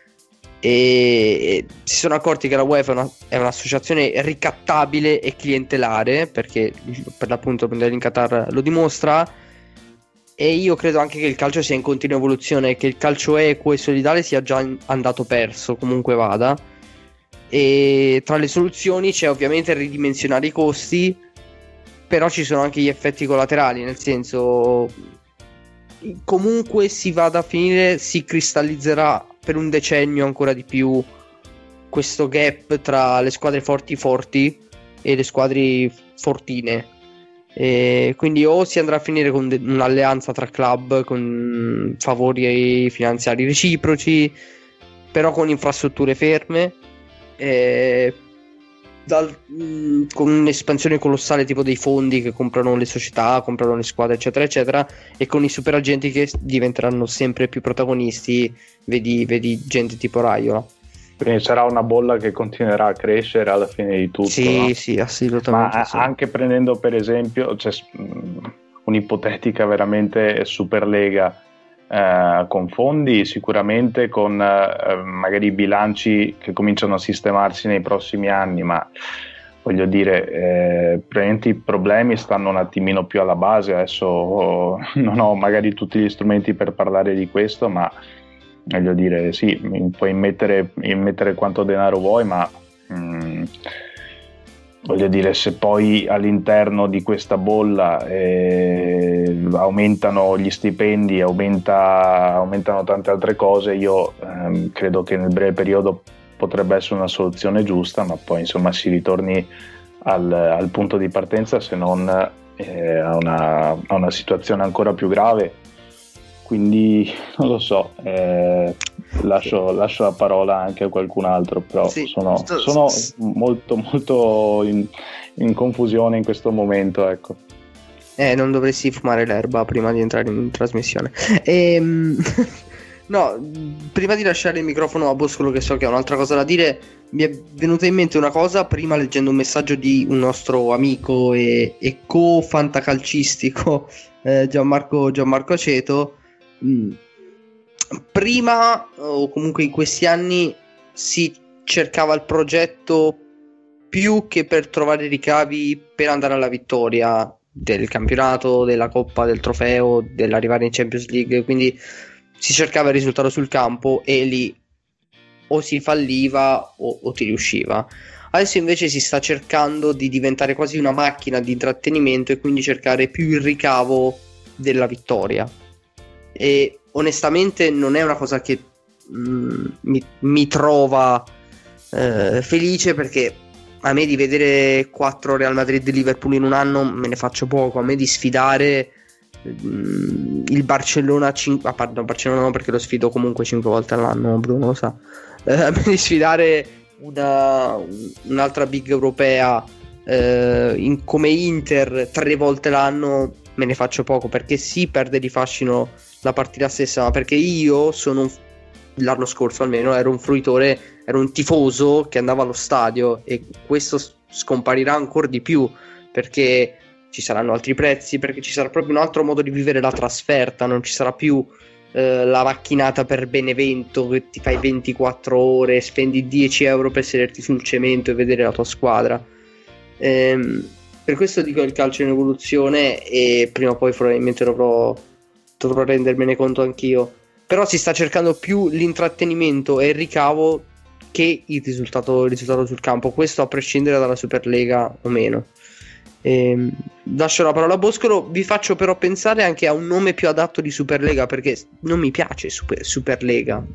e si sono accorti che la UEFA è, una, è un'associazione ricattabile e clientelare, perché per l'appunto il mondiale in Qatar lo dimostra. E io credo anche che il calcio sia in continua evoluzione, che il calcio equo e solidale sia già andato perso, comunque vada, e tra le soluzioni c'è ovviamente ridimensionare i costi, però ci sono anche gli effetti collaterali, nel senso, comunque si vada a finire, si cristallizzerà per un decennio ancora di più questo gap tra le squadre forti forti e le squadre fortine, e quindi o si andrà a finire con de- un'alleanza tra club con favori finanziari reciproci, però con infrastrutture ferme, e Dal, mh, con un'espansione colossale tipo dei fondi che comprano le società, comprano le squadre eccetera eccetera, e con i super agenti che diventeranno sempre più protagonisti, vedi, vedi gente tipo Raiola. Quindi sarà una bolla che continuerà a crescere alla fine di tutto, sì, no? Sì, assolutamente. Ma sì. Anche prendendo per esempio, cioè, un'ipotetica veramente Superlega, Eh, con fondi, sicuramente con eh, magari bilanci che cominciano a sistemarsi nei prossimi anni, ma voglio dire, eh, praticamente i problemi stanno un attimino più alla base. Adesso oh, non ho magari tutti gli strumenti per parlare di questo, ma voglio dire, sì, puoi immettere, immettere quanto denaro vuoi, ma mh, voglio dire, se poi all'interno di questa bolla eh, aumentano gli stipendi, aumenta, aumentano tante altre cose, io ehm, credo che nel breve periodo potrebbe essere una soluzione giusta, ma poi insomma si ritorni al, al punto di partenza, se non eh, a, una, a una situazione ancora più grave. Quindi non lo so, eh, lascio, lascio la parola anche a qualcun altro, però Sì, sono, sto- sono molto molto in, in confusione in questo momento, ecco. Eh, non dovresti fumare l'erba prima di entrare in trasmissione. Ehm, no, prima di lasciare il microfono a Boscolo, che so che ha un'altra cosa da dire, mi è venuta in mente una cosa prima leggendo un messaggio di un nostro amico e, e co-fantacalcistico, eh, Gianmarco, Gianmarco Aceto. Mm. Prima, o comunque in questi anni, si cercava il progetto più che per trovare ricavi per andare alla vittoria del campionato, della coppa, del trofeo, dell'arrivare in Champions League, quindi si cercava il risultato sul campo e lì o si falliva o, o ti riusciva. Adesso invece si sta cercando di diventare quasi una macchina di intrattenimento e quindi cercare più il ricavo della vittoria, e onestamente non è una cosa che mm, mi, mi trova eh, felice, perché a me di vedere quattro Real Madrid e Liverpool in un anno me ne faccio poco. A me di sfidare mm, il Barcellona cin- ah, pardon, Barcellona no, perché lo sfido comunque cinque volte all'anno, Bruno lo sa. Eh, a me di sfidare una, un'altra big europea eh, in, come Inter tre volte l'anno me ne faccio poco, perché sì, perde di fascino la partita stessa, ma perché io sono un, l'anno scorso almeno ero un fruitore, ero un tifoso che andava allo stadio, e questo scomparirà ancora di più perché ci saranno altri prezzi, perché ci sarà proprio un altro modo di vivere la trasferta, non ci sarà più eh, la macchinata per Benevento che ti fai ventiquattro ore, spendi dieci euro per sederti sul cemento e vedere la tua squadra. Ehm, per questo dico il calcio in evoluzione, e prima o poi probabilmente dovrò dovrò rendermene conto anch'io, però si sta cercando più l'intrattenimento e il ricavo che il risultato, il risultato sul campo, questo a prescindere dalla Superlega o meno. Ehm, lascio la parola a Boscolo. Vi faccio però pensare anche a un nome più adatto di Superlega, perché non mi piace Super, Superlega.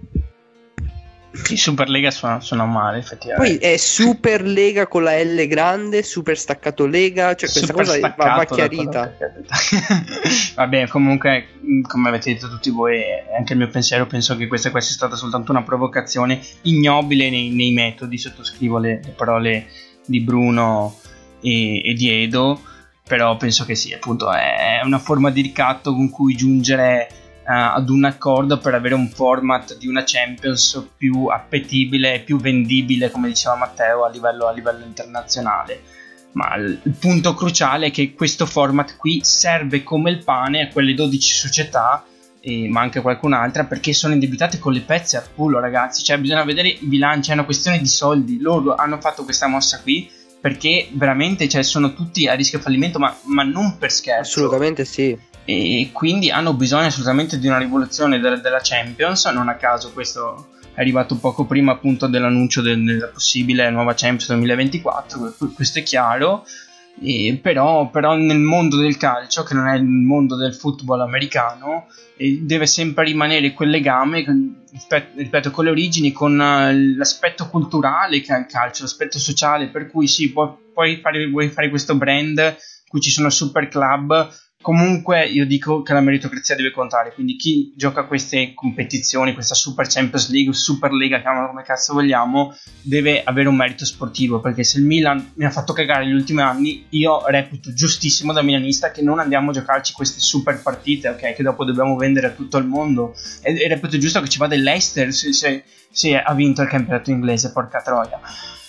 Sì, Superlega suona, suona male, effettivamente. Poi è Superlega con la L grande, super staccato Lega, cioè questa Super cosa va, va staccato da chiarita. Vabbè, comunque, come avete detto tutti voi, e anche il mio pensiero, penso che questa, questa sia stata soltanto una provocazione ignobile nei, nei metodi. Sottoscrivo le, le parole di Bruno e, e di Edo, però penso che sì, appunto, è una forma di ricatto con cui giungere Uh, ad un accordo per avere un format di una Champions più appetibile e più vendibile, come diceva Matteo, a livello, a livello internazionale. Ma il, il punto cruciale è che questo format qui serve come il pane a quelle dodici società, e, ma anche qualcun'altra, perché sono indebitate con le pezze al culo, ragazzi. Cioè bisogna vedere i bilanci, è una questione di soldi. Loro hanno fatto questa mossa qui perché veramente, cioè, sono tutti a rischio fallimento, ma, ma non per scherzo. Assolutamente sì. E quindi hanno bisogno assolutamente di una rivoluzione della, della Champions. Non a caso questo è arrivato poco prima appunto dell'annuncio del, della possibile nuova Champions duemilaventiquattro, questo è chiaro. E però, però nel mondo del calcio, che non è il mondo del football americano, deve sempre rimanere quel legame, ripeto, ripeto con le origini, con l'aspetto culturale che ha il calcio, l'aspetto sociale, per cui sì, puoi, puoi, fare, puoi fare questo brand in cui ci sono super club. Comunque io dico che la meritocrazia deve contare, quindi chi gioca queste competizioni, questa Super Champions League, Super Lega, chiamala come cazzo vogliamo, deve avere un merito sportivo, perché se il Milan mi ha fatto cagare negli ultimi anni, io reputo giustissimo da milanista che non andiamo a giocarci queste super partite, ok, che dopo dobbiamo vendere a tutto il mondo, e, e reputo giusto che ci vada il Leicester se, se, se ha vinto il campionato inglese, porca troia.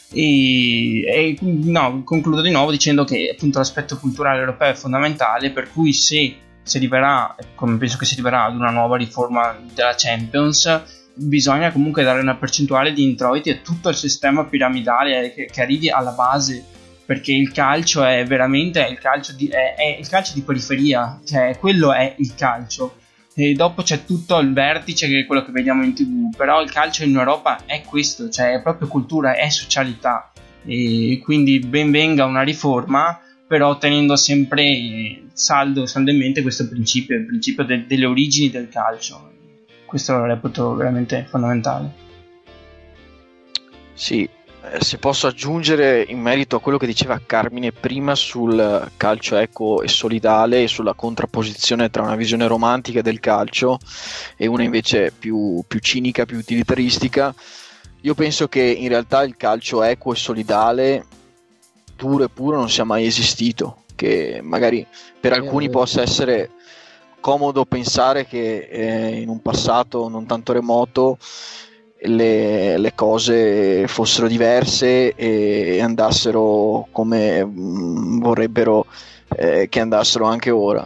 E, e no, concludo di nuovo dicendo che appunto l'aspetto culturale europeo è fondamentale, per cui se si arriverà, come penso che si arriverà, ad una nuova riforma della Champions, bisogna comunque dare una percentuale di introiti a tutto il sistema piramidale, che, che arrivi alla base, perché il calcio è veramente il calcio di, è, è il calcio di periferia, cioè quello è il calcio. e dopo c'è tutto il vertice che è quello che vediamo in tv, però il calcio in Europa è questo, cioè è proprio cultura, è socialità, e quindi ben venga una riforma, però tenendo sempre saldo, saldo in mente questo principio, il principio de- delle origini del calcio. Questo lo reputo veramente fondamentale. Sì, eh, se posso aggiungere in merito a quello che diceva Carmine prima sul calcio equo e solidale e sulla contrapposizione tra una visione romantica del calcio e una invece più, più cinica, più utilitaristica, io penso che in realtà il calcio equo e solidale puro e puro non sia mai esistito, che magari per alcuni possa essere comodo pensare che eh, in un passato non tanto remoto le, le cose fossero diverse e andassero come mh, vorrebbero eh, che andassero anche ora.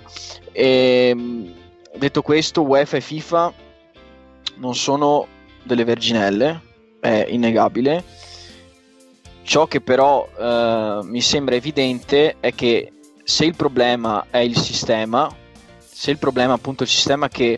E, detto questo, UEFA e FIFA non sono delle verginelle, è innegabile. Ciò che però eh, mi sembra evidente è che se il problema è il sistema, se il problema è appunto il sistema che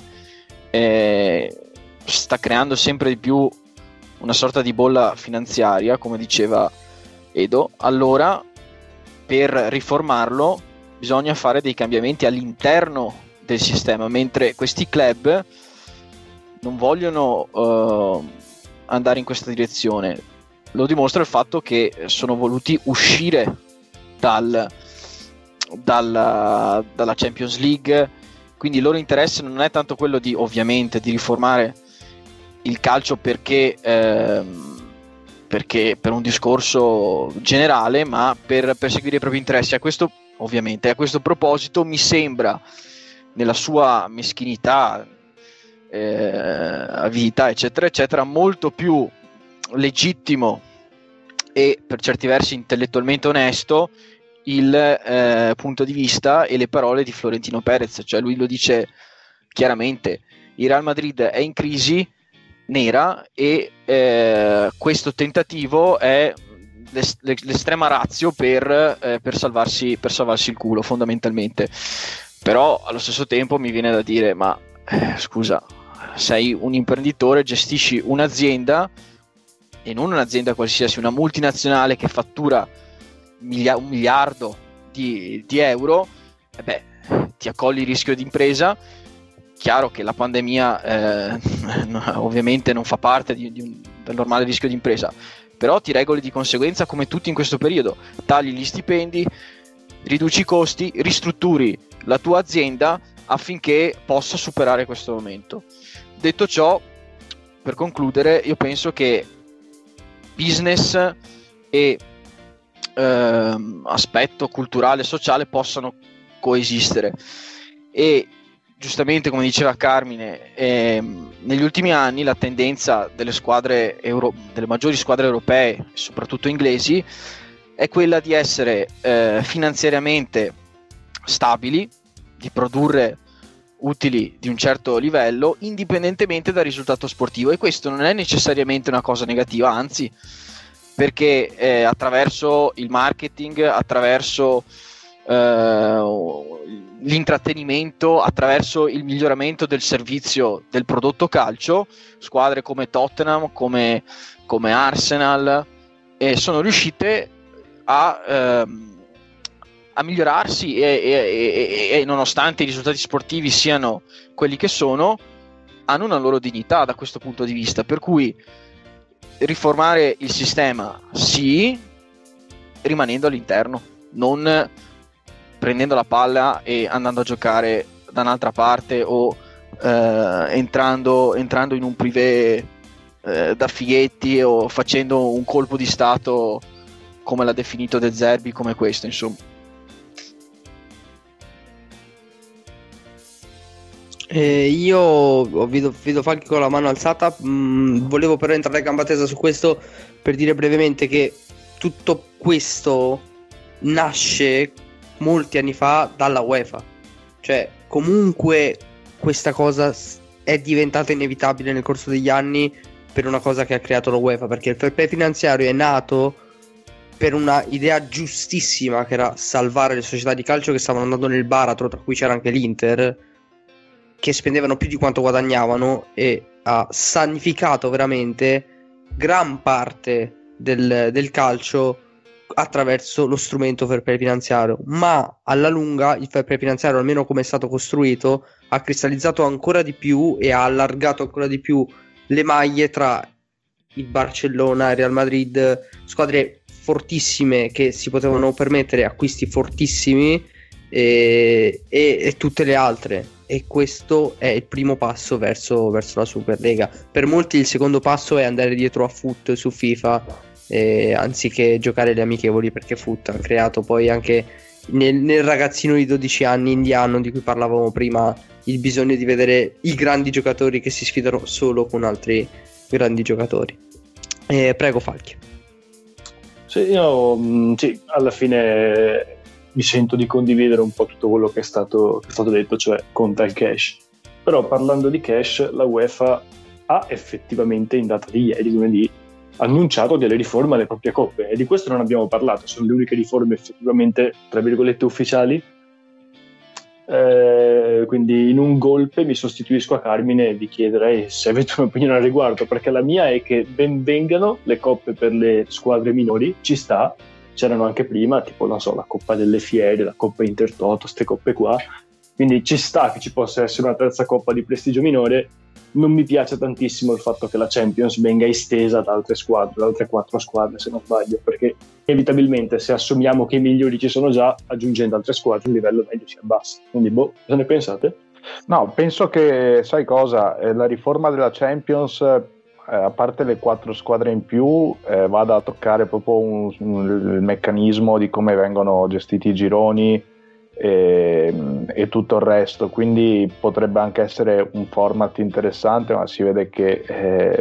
eh, sta creando sempre di più una sorta di bolla finanziaria, come diceva Edo, allora per riformarlo bisogna fare dei cambiamenti all'interno del sistema, mentre questi club non vogliono uh, andare in questa direzione. Lo dimostra il fatto che sono voluti uscire dal, dalla, dalla Champions League, quindi il loro interesse non è tanto quello di, ovviamente, di riformare il calcio perché, ehm, perché per un discorso generale, ma per perseguire i propri interessi. A questo, ovviamente, a questo proposito mi sembra, nella sua meschinità, eh, avidità, eccetera, eccetera, molto più legittimo e per certi versi intellettualmente onesto il eh, punto di vista e le parole di Florentino Perez. Cioè lui lo dice chiaramente: il Real Madrid è in crisi nera e eh, questo tentativo è l'est- l'estrema ratio per, eh, per, salvarsi, per salvarsi il culo, fondamentalmente. Però allo stesso tempo mi viene da dire: ma eh, scusa, sei un imprenditore, gestisci un'azienda, e non un'azienda qualsiasi, una multinazionale che fattura miglia- un miliardo di, di euro, e beh, ti accogli il rischio di impresa. Chiaro che la pandemia eh, ovviamente non fa parte di, di un, del normale rischio di impresa, però ti regoli di conseguenza come tutti in questo periodo, tagli gli stipendi, riduci i costi, ristrutturi la tua azienda affinché possa superare questo momento. Detto ciò, per concludere, io penso che business e ehm, aspetto culturale e sociale possano coesistere, e giustamente, come diceva Carmine, ehm, negli ultimi anni la tendenza delle squadre euro- delle maggiori squadre europee, soprattutto inglesi, è quella di essere eh, finanziariamente stabili, di produrre utili di un certo livello indipendentemente dal risultato sportivo, e questo non è necessariamente una cosa negativa, anzi, perché eh, attraverso il marketing, attraverso eh, l'intrattenimento, attraverso il miglioramento del servizio del prodotto calcio, squadre come Tottenham, come, come Arsenal eh, sono riuscite a ehm, a migliorarsi e, e, e, e nonostante i risultati sportivi siano quelli che sono, hanno una loro dignità da questo punto di vista, per cui riformare il sistema sì, rimanendo all'interno, non prendendo la palla e andando a giocare da un'altra parte o eh, entrando, entrando in un privé eh, da fighetti o facendo un colpo di stato come l'ha definito De Zerbi, come questo, insomma. Eh, io vedo, vedo Falchi con la mano alzata. mh, volevo però entrare a gamba tesa su questo per dire brevemente che tutto questo nasce molti anni fa dalla UEFA, cioè comunque questa cosa s- è diventata inevitabile nel corso degli anni per una cosa che ha creato la UEFA, perché il fair play finanziario è nato per una idea giustissima, che era salvare le società di calcio che stavano andando nel baratro, tra cui c'era anche l'Inter. che spendevano più di quanto guadagnavano e ha sanificato veramente gran parte del, del calcio attraverso lo strumento fair play finanziario. Ma alla lunga il fair play finanziario, almeno come è stato costruito, ha cristallizzato ancora di più e ha allargato ancora di più le maglie tra il Barcellona, il Real Madrid, squadre fortissime che si potevano permettere acquisti fortissimi, e, e, e tutte le altre. E questo è il primo passo verso, verso la Superlega. Per molti il secondo passo è andare dietro a Foot su FIFA, eh, anziché giocare le amichevoli, perché Foot ha creato poi anche nel, nel ragazzino di dodici anni indiano di cui parlavamo prima il bisogno di vedere i grandi giocatori che si sfidano solo con altri grandi giocatori. Eh, prego Falchi. Sì, io mh, sì, alla fine mi sento di condividere un po' tutto quello che è stato, che è stato detto, cioè conta il cash. Però parlando di cash, la UEFA ha effettivamente in data di ieri, lunedì, annunciato delle riforme alle proprie coppe, e di questo non abbiamo parlato, sono le uniche riforme effettivamente, tra virgolette, ufficiali. Eh, quindi in un golpe mi sostituisco a Carmine e vi chiederei se avete un'opinione al riguardo, perché la mia è che ben vengano le coppe per le squadre minori, ci sta, c'erano anche prima, tipo non so, la Coppa delle Fiere, la Coppa Intertoto, queste coppe qua, quindi ci sta che ci possa essere una terza coppa di prestigio minore. Non mi piace tantissimo il fatto che la Champions venga estesa ad altre squadre, ad altre quattro squadre se non sbaglio, perché inevitabilmente se assumiamo che i migliori ci sono già, aggiungendo altre squadre il livello medio si abbassa. Quindi boh, cosa ne pensate? No, penso che, sai cosa, eh, la riforma della Champions, eh, a parte le quattro squadre in più, eh, vada a toccare proprio un, un, il meccanismo di come vengono gestiti i gironi e, e tutto il resto, quindi potrebbe anche essere un format interessante, ma si vede che eh,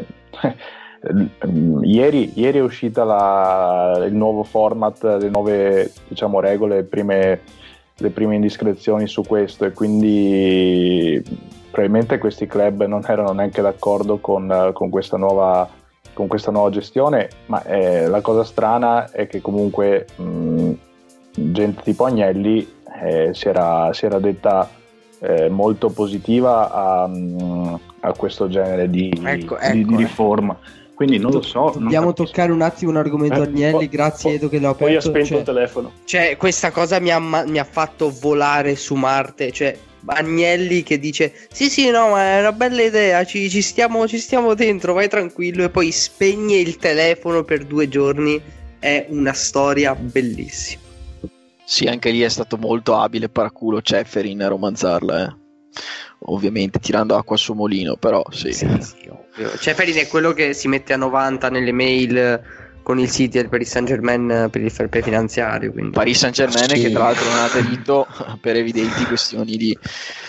ieri, ieri è uscita la, il nuovo format, le nuove, diciamo, regole, le prime, le prime indiscrezioni su questo, e quindi probabilmente questi club non erano neanche d'accordo con, con questa nuova con questa nuova gestione, ma eh, la cosa strana è che comunque mh, gente tipo Agnelli eh, si, era, si era detta eh, molto positiva a, a questo genere di, ecco, di, ecco, di riforma. Quindi non lo so. Dobbiamo toccare un attimo un argomento Eh, Agnelli, poi- grazie poi- Edo che l'ho aperto. Poi ha spento cioè, il telefono. cioè, questa cosa mi ha, ma- mi ha fatto volare su Marte. Cioè, Agnelli che dice: sì, sì, no, ma è una bella idea, ci, ci stiamo, ci stiamo dentro, vai tranquillo. E poi spegne il telefono per due giorni. È una storia bellissima. Sì, anche lì è stato molto abile paraculo Ceferin a romanzarla, eh. Ovviamente tirando acqua al suo mulino, però sì. Sì, sì, ovvio. Ceferin è quello che si mette a novanta nelle mail con il City del Paris Saint Germain per il fair play finanziario. Quindi. Paris Saint Germain Sì. che tra l'altro non ha aderito per evidenti questioni di,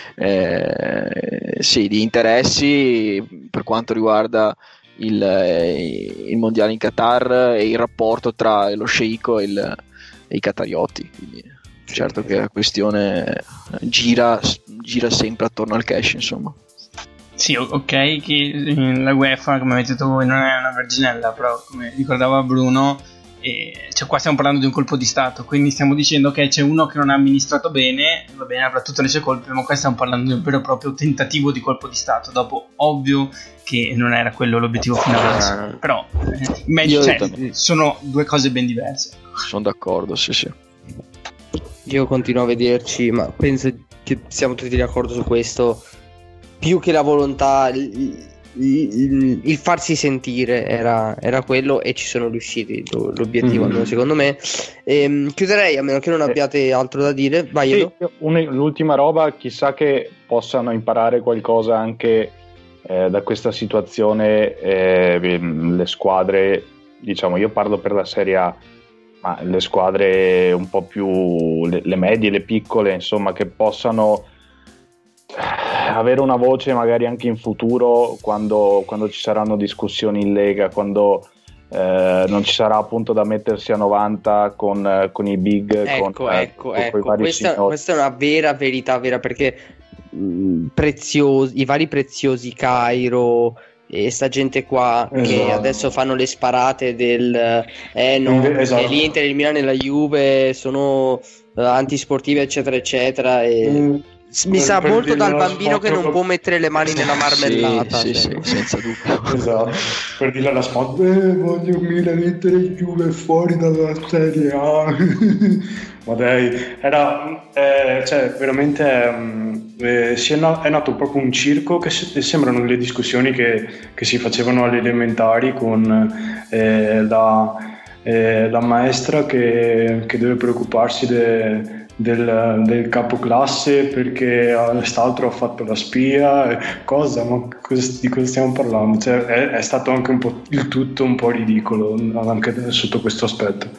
eh, sì, di interessi per quanto riguarda il, eh, il mondiale in Qatar e il rapporto tra lo sceicco e, il, e i qatarioti. Quindi certo che la questione gira, gira sempre attorno al cash, insomma. Sì, ok che la UEFA, come avete detto voi, non è una verginella, però come ricordava Bruno, eh, cioè qua stiamo parlando di un colpo di stato, quindi stiamo dicendo che c'è uno che non ha amministrato bene, va bene, avrà tutte le sue colpe, ma qua stiamo parlando di un vero e proprio tentativo di colpo di stato. Dopo, ovvio che non era quello l'obiettivo finale, però eh, meglio, cioè, sono due cose ben diverse. Sono d'accordo, sì sì. Io continuo a vederci, ma penso che siamo tutti d'accordo su questo. Più che la volontà, il, il, il farsi sentire era, era quello, e ci sono riusciti. Lo- L'obiettivo, Mm. almeno secondo me. Ehm, chiuderei, a meno che non abbiate altro da dire. Vai, Sì, Edo. un- l'ultima roba, chissà che possano imparare qualcosa anche eh, da questa situazione eh, le squadre, diciamo, io parlo per la Serie A, ma le squadre un po' più le, le medie, le piccole, insomma, che possano avere una voce magari anche in futuro quando, quando ci saranno discussioni in Lega, quando eh, non ci sarà appunto da mettersi a novanta con, eh, con i big, Ecco, con, eh, ecco, con quei ecco. vari Questa, signori. questa è una vera verità, vera, perché mh, preziosi, i vari preziosi Cairo e sta gente qua che Esatto. adesso fanno le sparate del eh no, Inve- perché esatto. l'Inter, il Milan e la Juve sono eh, antisportive, eccetera eccetera, e Mm, Mi sa per molto dirla dal bambino che non proprio- può mettere le mani nella marmellata. Sì, sì, cioè. sì, senza dubbio. Esatto, per dire alla Spot, eh, voglio Milan, Inter e Juve fuori dalla Serie A. Ma dai, era, eh, cioè, veramente, mm, eh, si è, na- è nato proprio un circo che se- sembrano le discussioni che, che si facevano alle elementari con eh, la, eh, la maestra che, che deve preoccuparsi de- del, del capoclasse perché quest'altro ha fatto la spia. eh, Cosa? Ma cosa- di cosa stiamo parlando? Cioè, è, è stato anche un po' il tutto un po' ridicolo anche sotto questo aspetto.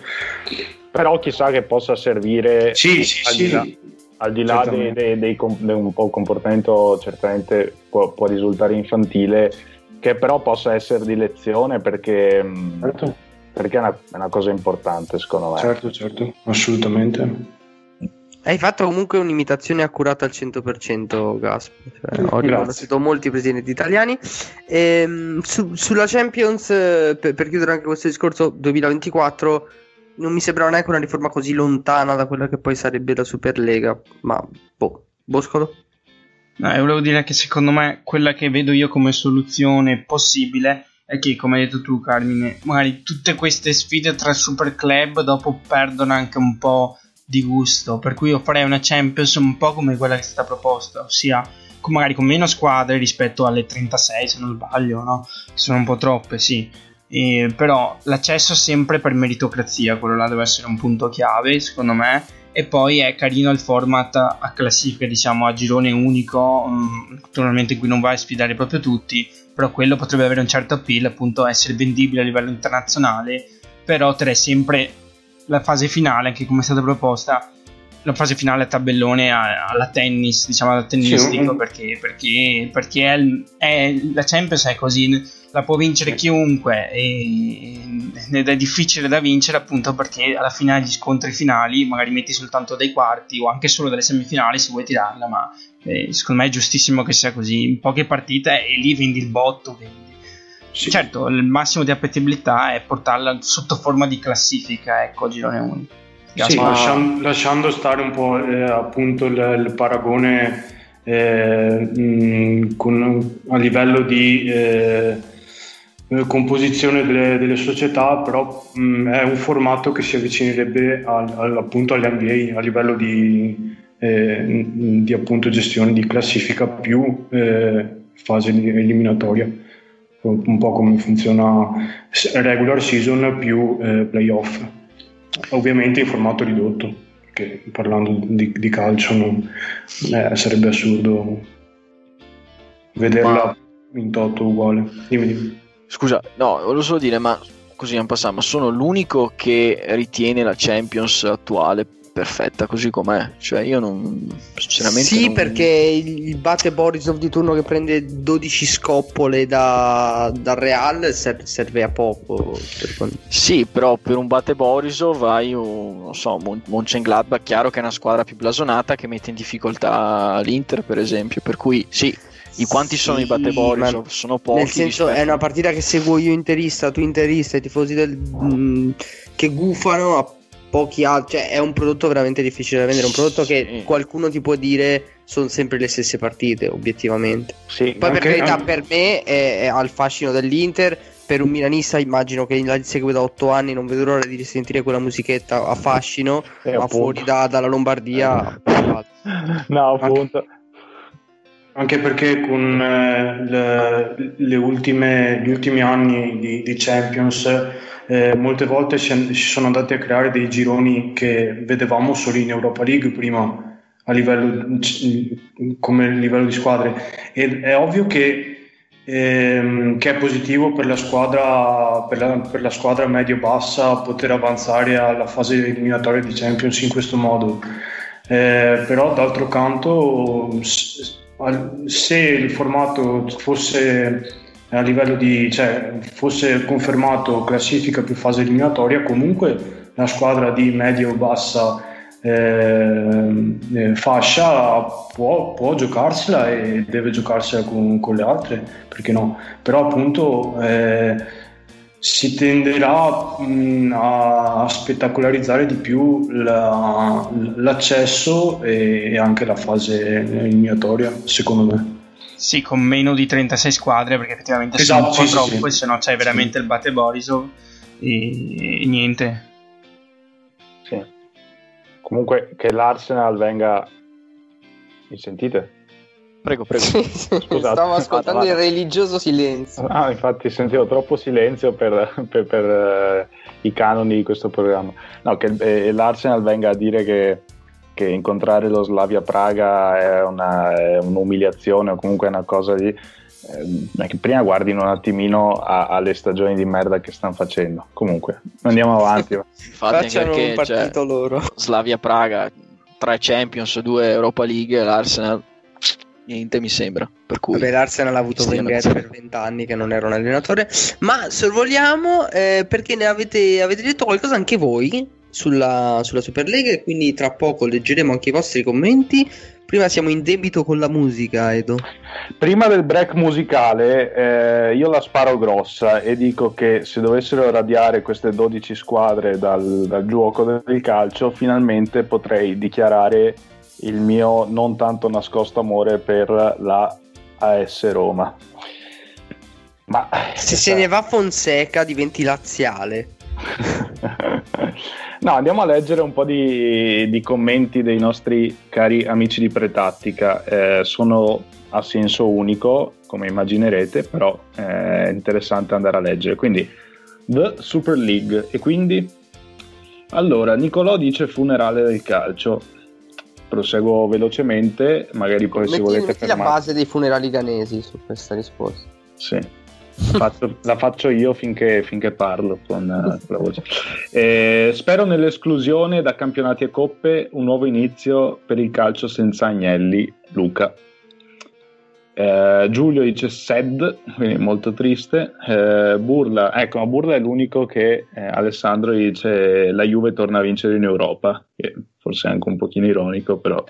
Però chissà che possa servire Sì, sì, al, sì, di là, al di là dei, certamente. dei, dei com- di un po' il comportamento certamente può, può risultare infantile, che però possa essere di lezione perché, mh, Certo, perché è, una, è una cosa importante secondo me. certo, certo, assolutamente. Hai fatto comunque un'imitazione accurata al cento per cento, Gasp. Cioè, ho Grazie. riconosciuto molti presidenti italiani. Ehm, su- sulla Champions, eh, per, per chiudere anche questo discorso, duemilaventiquattro non mi sembra neanche una riforma così lontana da quella che poi sarebbe la Superlega. Ma, boh, Boscolo? No, e volevo dire che secondo me quella che vedo io come soluzione possibile è che, come hai detto tu, Carmine, magari tutte queste sfide tra super club dopo perdono anche un po' di gusto, per cui io farei una Champions un po' come quella che è stata proposta, ossia con- magari con meno squadre rispetto alle trentasei, se non sbaglio, no? Che sono un po' troppe, sì. E, però l'accesso sempre per meritocrazia, quello là deve essere un punto chiave secondo me. E poi è carino il format a classifica, diciamo a girone unico, mh, naturalmente in cui non vai a sfidare proprio tutti, però quello potrebbe avere un certo appeal, appunto essere vendibile a livello internazionale, però tre sempre la fase finale, anche come è stata proposta, la fase finale a tabellone a- alla tennis, diciamo alla tennistico, Sì, un- perché, perché, perché è, il- è- la Champions è così, la può vincere chiunque e- ed è difficile da vincere appunto perché alla fine agli scontri finali magari metti soltanto dei quarti o anche solo delle semifinali se vuoi tirarla, ma eh, secondo me è giustissimo che sia così, in poche partite e lì vendi il botto, vendi. Sì. Certo, il massimo di appetibilità è portarla sotto forma di classifica, ecco, a girone unico. Sì, Ma- lasciando, lasciando stare un po' eh, appunto il, il paragone eh, mh, con, a livello di eh, eh, composizione delle, delle società, però mh, è un formato che si avvicinerebbe al, al- appunto alle N B A a livello di, eh, mh, di appunto gestione di classifica più eh, fase di- eliminatoria, un po' come funziona regular season più eh, playoff. Ovviamente in formato ridotto, perché parlando di, di calcio non- eh, sarebbe assurdo vederla in toto uguale. Dimmi, dimmi. Scusa, no, volevo solo dire, ma così non passiamo, ma sono l'unico che ritiene la Champions attuale perfetta così com'è, cioè io non, sinceramente Sì, non- perché il, il Bate Borisov di turno che prende dodici scoppole da, dal Real ser- serve a poco. per- Sì, però per un Bate Borisov hai un, non so, Mon- Mönchengladbach, chiaro che è una squadra più blasonata che mette in difficoltà l'Inter per esempio, per cui sì, i quanti sono Sì, i Bate Borisov? ma Sono pochi Nel senso rispetto- è una partita che seguo io interista, tu interista, i tifosi del, mh, che gufano a pochi altri, cioè è un prodotto veramente difficile da vendere, un prodotto che Sì. qualcuno ti può dire sono sempre le stesse partite obiettivamente. Sì, Poi per Anche- carità, anche- per me è, è al fascino dell'Inter, per un milanista immagino che la segue da otto anni, non vedo l'ora di sentire quella musichetta a fascino, Eh, ma appunto. fuori da- dalla Lombardia no, appunto. Anche perché con eh, le, le ultime, gli ultimi anni di, di Champions eh, molte volte si, si sono andati a creare dei gironi che vedevamo solo in Europa League prima a livello, come livello di squadre, ed è ovvio che, ehm, che è positivo per la squadra, per la, per la squadra medio-bassa poter avanzare alla fase eliminatoria di Champions in questo modo. Eh, però d'altro canto s- al- se il formato fosse a livello di, cioè fosse confermato classifica più fase eliminatoria, comunque la squadra di medio bassa eh, eh, fascia può, può giocarsela e deve giocarsela con, con le altre, perché no? Però appunto eh, si tenderà mh, a spettacolarizzare di più la, l'accesso e anche la fase eliminatoria, secondo me. Sì, con meno di trentasei squadre, perché effettivamente Esatto, sono un po' sì, troppo, sì, se no c'hai veramente sì. il Bate Borisov e, e niente. Sì. Comunque che l'Arsenal venga... Mi sentite? Prego, prego. Scusate. Stavo ascoltando Vada, vada. il religioso silenzio. Ah, infatti sentivo troppo silenzio per, per, per eh, i canoni di questo programma. No, che eh, l'Arsenal venga a dire che, che incontrare lo Slavia Praga è, una, è un'umiliazione o comunque è una cosa di... Eh, che prima guardino un attimino a, alle stagioni di merda che stanno facendo. Comunque, andiamo avanti. Infatti, anche Facciano perché un partito cioè, loro. Slavia Praga, tre Champions, due Europa League, l'Arsenal niente mi sembra, per cui Vabbè, l'Arsenal ha avuto stiano Wenger zitto. per vent'anni che non era un allenatore, ma sorvoliamo eh, perché ne avete, avete detto qualcosa anche voi sulla, sulla Superlega e quindi tra poco leggeremo anche i vostri commenti. Prima siamo in debito con la musica, Edo. Prima del break musicale eh, io la sparo grossa e dico che se dovessero radiare queste dodici squadre dal, dal gioco del calcio, finalmente potrei dichiarare il mio non tanto nascosto amore per la A S Roma. Ma Se se ne va Fonseca diventi laziale. No, andiamo a leggere un po' di, di commenti dei nostri cari amici di Pretattica. Eh, sono a senso unico, come immaginerete, però è interessante andare a leggere. Quindi, The Super League. E quindi? Allora, Nicolò dice funerale del calcio. Proseguo velocemente, magari poi se Metti, volete metti la fermare. base dei funerali ghanesi su questa risposta. Sì. Faccio, la faccio io finché, finché parlo con, uh, con la voce. Eh, spero nell'esclusione da campionati e coppe, un nuovo inizio per il calcio senza Agnelli. Luca. Eh, Giulio dice Sed, quindi molto triste. Eh, Burla, ecco, ma Burla è l'unico che eh, Alessandro dice la Juve torna a vincere in Europa, che forse è anche un pochino ironico, però.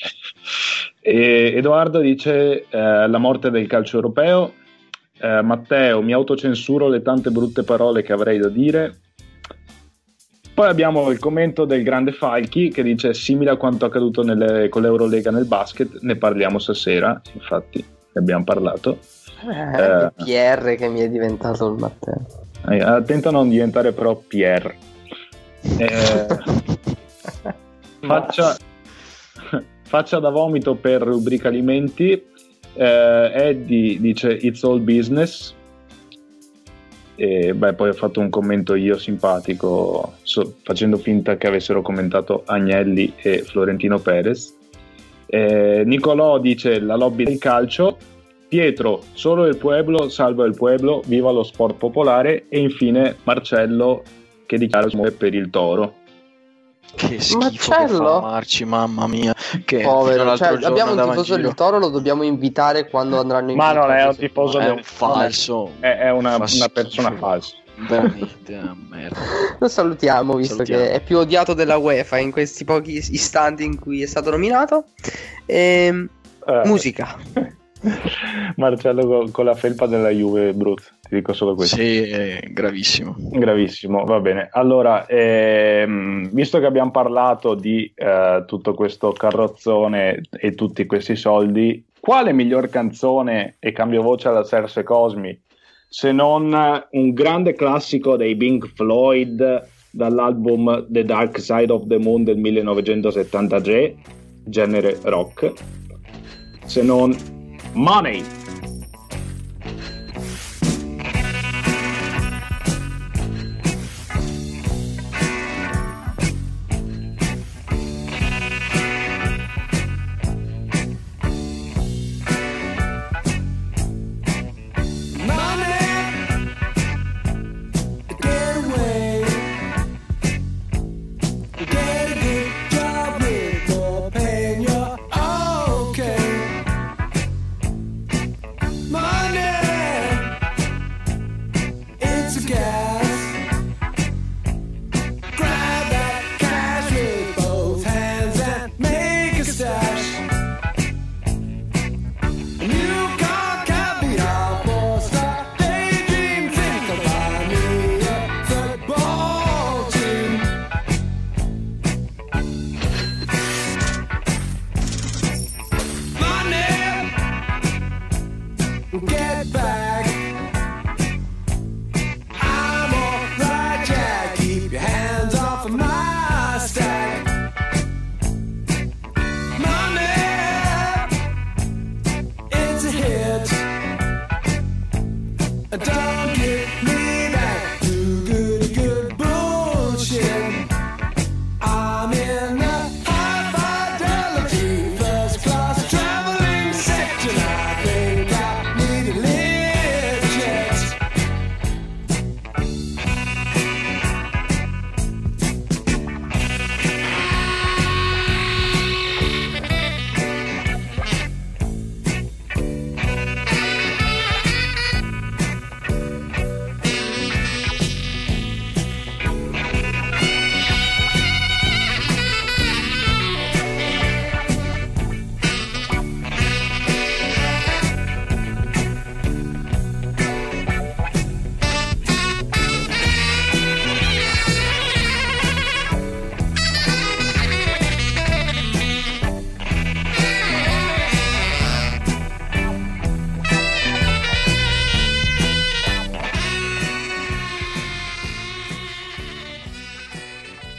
E Edoardo dice eh, la morte del calcio europeo. Eh, Matteo, mi autocensuro le tante brutte parole che avrei da dire. Poi abbiamo il commento del grande Falchi che dice simile a quanto accaduto nelle, con l'Eurolega nel basket, ne parliamo stasera, infatti ne abbiamo parlato. Eh, Eh, P R che mi è diventato il Matteo. eh, attento a non diventare però Pierre. Eh, faccia, faccia da vomito per rubrica alimenti. eh, Eddie dice it's all business. E beh, poi ho fatto un commento io simpatico so, facendo finta che avessero commentato Agnelli e Florentino Perez. eh, Nicolò dice la lobby del calcio. Pietro, solo il pueblo salva il pueblo, viva lo sport popolare. E infine Marcello che dichiara il amore per il Toro. Che schifo Marcello? che fa Marci, mamma mia, che fino Povero, all'altro cioè, giorno abbiamo un andava in tifoso giro. del Toro, lo dobbiamo invitare quando andranno in Ma giro. non è un tifoso È del- un falso, è, è una, fa una schifo. persona falsa. Veramente una merda. Lo salutiamo, visto Salutiamo. che è più odiato della UEFA in questi pochi istanti in cui è stato nominato. Ehm, Eh, musica. Marcello con, con la felpa della Juve, brutto, ti dico solo questo. Sì, è gravissimo. Gravissimo, va bene. Allora, ehm, visto che abbiamo parlato di eh, tutto questo carrozzone e tutti questi soldi, quale miglior canzone, e cambio voce alla Serse Cosmi, se non un grande classico dei Pink Floyd dall'album The Dark Side of the Moon del millenovecentosettantatré, genere rock, se non Money.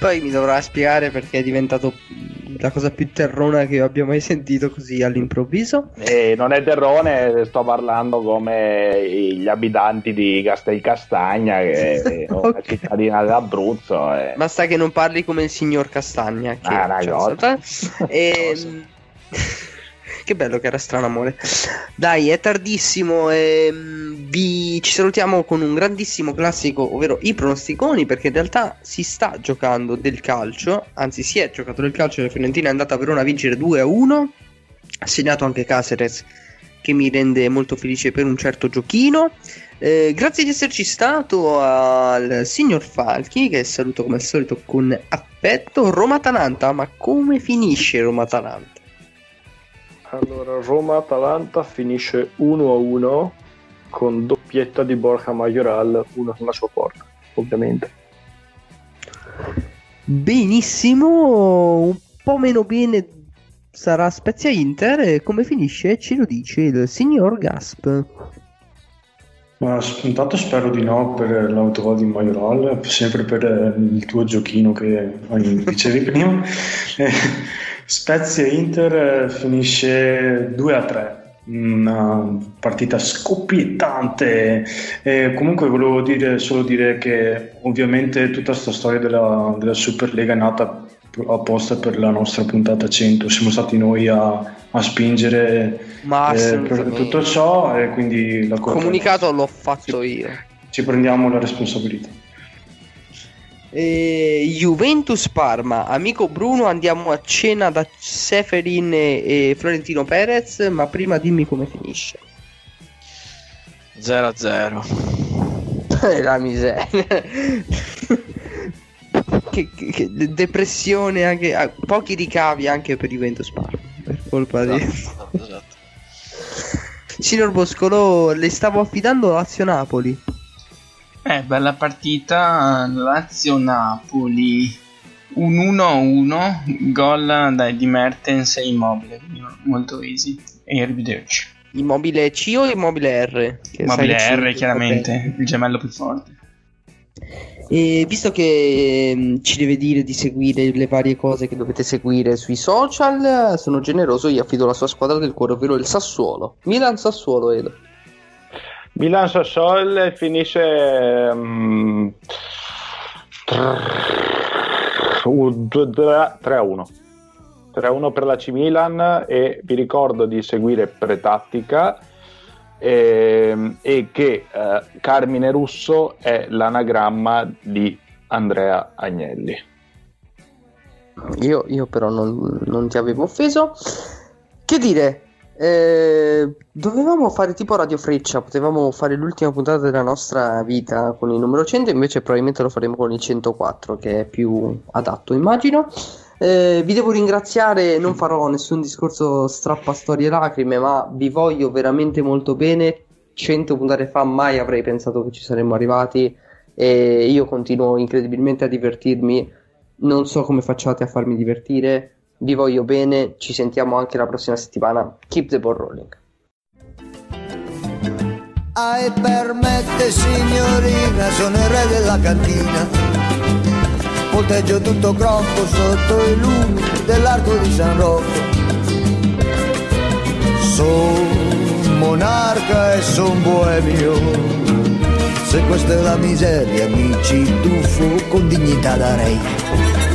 Poi mi dovrà spiegare perché è diventato la cosa più terrona che io abbia mai sentito così all'improvviso. E non è terrone, sto parlando come gli abitanti di Castelcastagna, che è una Ok. cittadina dell'Abruzzo. E... Basta che non parli come il signor Castagna. Che Ah, c'è ragazzi. stata. Ehm, Che bello che era strano amore. Dai, è tardissimo. ehm, vi... Ci salutiamo con un grandissimo classico, ovvero i pronosticoni, perché in realtà si sta giocando del calcio. Anzi, si è giocato del calcio. La Fiorentina è andata a Verona a vincere due a uno. Ha segnato anche Caceres, che mi rende molto felice per un certo giochino. Eh, grazie di esserci stato al signor Falchi, che saluto come al solito con affetto. Roma-Atalanta, ma come finisce Roma-Atalanta? Allora, Roma-Atalanta finisce uno a uno con doppietta di Borja Majoral, uno sulla sua porta, ovviamente. Benissimo, un po' meno bene sarà Spezia Inter. E come finisce ce lo dice il signor Gasp. Ma intanto spero di no per l'autogol di Majoral, sempre per il tuo giochino che dicevi prima. Eh, Spezia Inter finisce due a tre, una partita scoppiettante. E comunque volevo dire, solo dire che ovviamente tutta questa storia della, della Superlega è nata apposta per la nostra puntata cento. Siamo stati noi a, a spingere Ma eh, per tutto ciò, e quindi la colpa è comunicato nostra. l'ho fatto io. Ci prendiamo la responsabilità. E Juventus Parma, amico Bruno, andiamo a cena da Seferin e, e Florentino Perez, ma prima dimmi come finisce. zero a zero. La miseria. che, che, che depressione anche, ah, pochi ricavi anche per Juventus Parma per colpa di Esatto, esatto. Signor Boscolo, le stavo affidando Lazio-Napoli. Eh, bella partita, Lazio-Napoli, un uno a uno, gol dai di Mertens e Immobile, quindi molto easy, e arrivederci. Immobile C o Immobile R? Che Immobile sai che R, ci- chiaramente, ok. il gemello più forte. E visto che ehm, ci deve dire di seguire le varie cose che dovete seguire sui social, sono generoso, io affido la sua squadra del cuore, ovvero il Sassuolo. Milan-Sassuolo, Edo. Milan Sassuolo finisce um, tre a uno. tre a uno per la C Milan, e vi ricordo di seguire Pretattica e, e che eh, Carmine Russo è l'anagramma di Andrea Agnelli. Io, io però non, non ti avevo offeso. Che dire? Eh, dovevamo fare tipo Radio Freccia, potevamo fare l'ultima puntata della nostra vita con il numero cento, invece probabilmente lo faremo con il centoquattro, che è più adatto, immagino. Eh, vi devo ringraziare, non farò nessun discorso strappa storie e lacrime, ma vi voglio veramente molto bene. cento puntate fa mai avrei pensato che ci saremmo arrivati, e io continuo incredibilmente a divertirmi. Non so come facciate a farmi divertire. Vi voglio bene, ci sentiamo anche la prossima settimana. Keep the ball rolling. Ai permette signorina, sono il re della cantina, volteggio tutto crocco sotto i lumi dell'arco di San Rocco. Son monarca e son boemio, se questa è la miseria mi ci tuffo con dignità da re.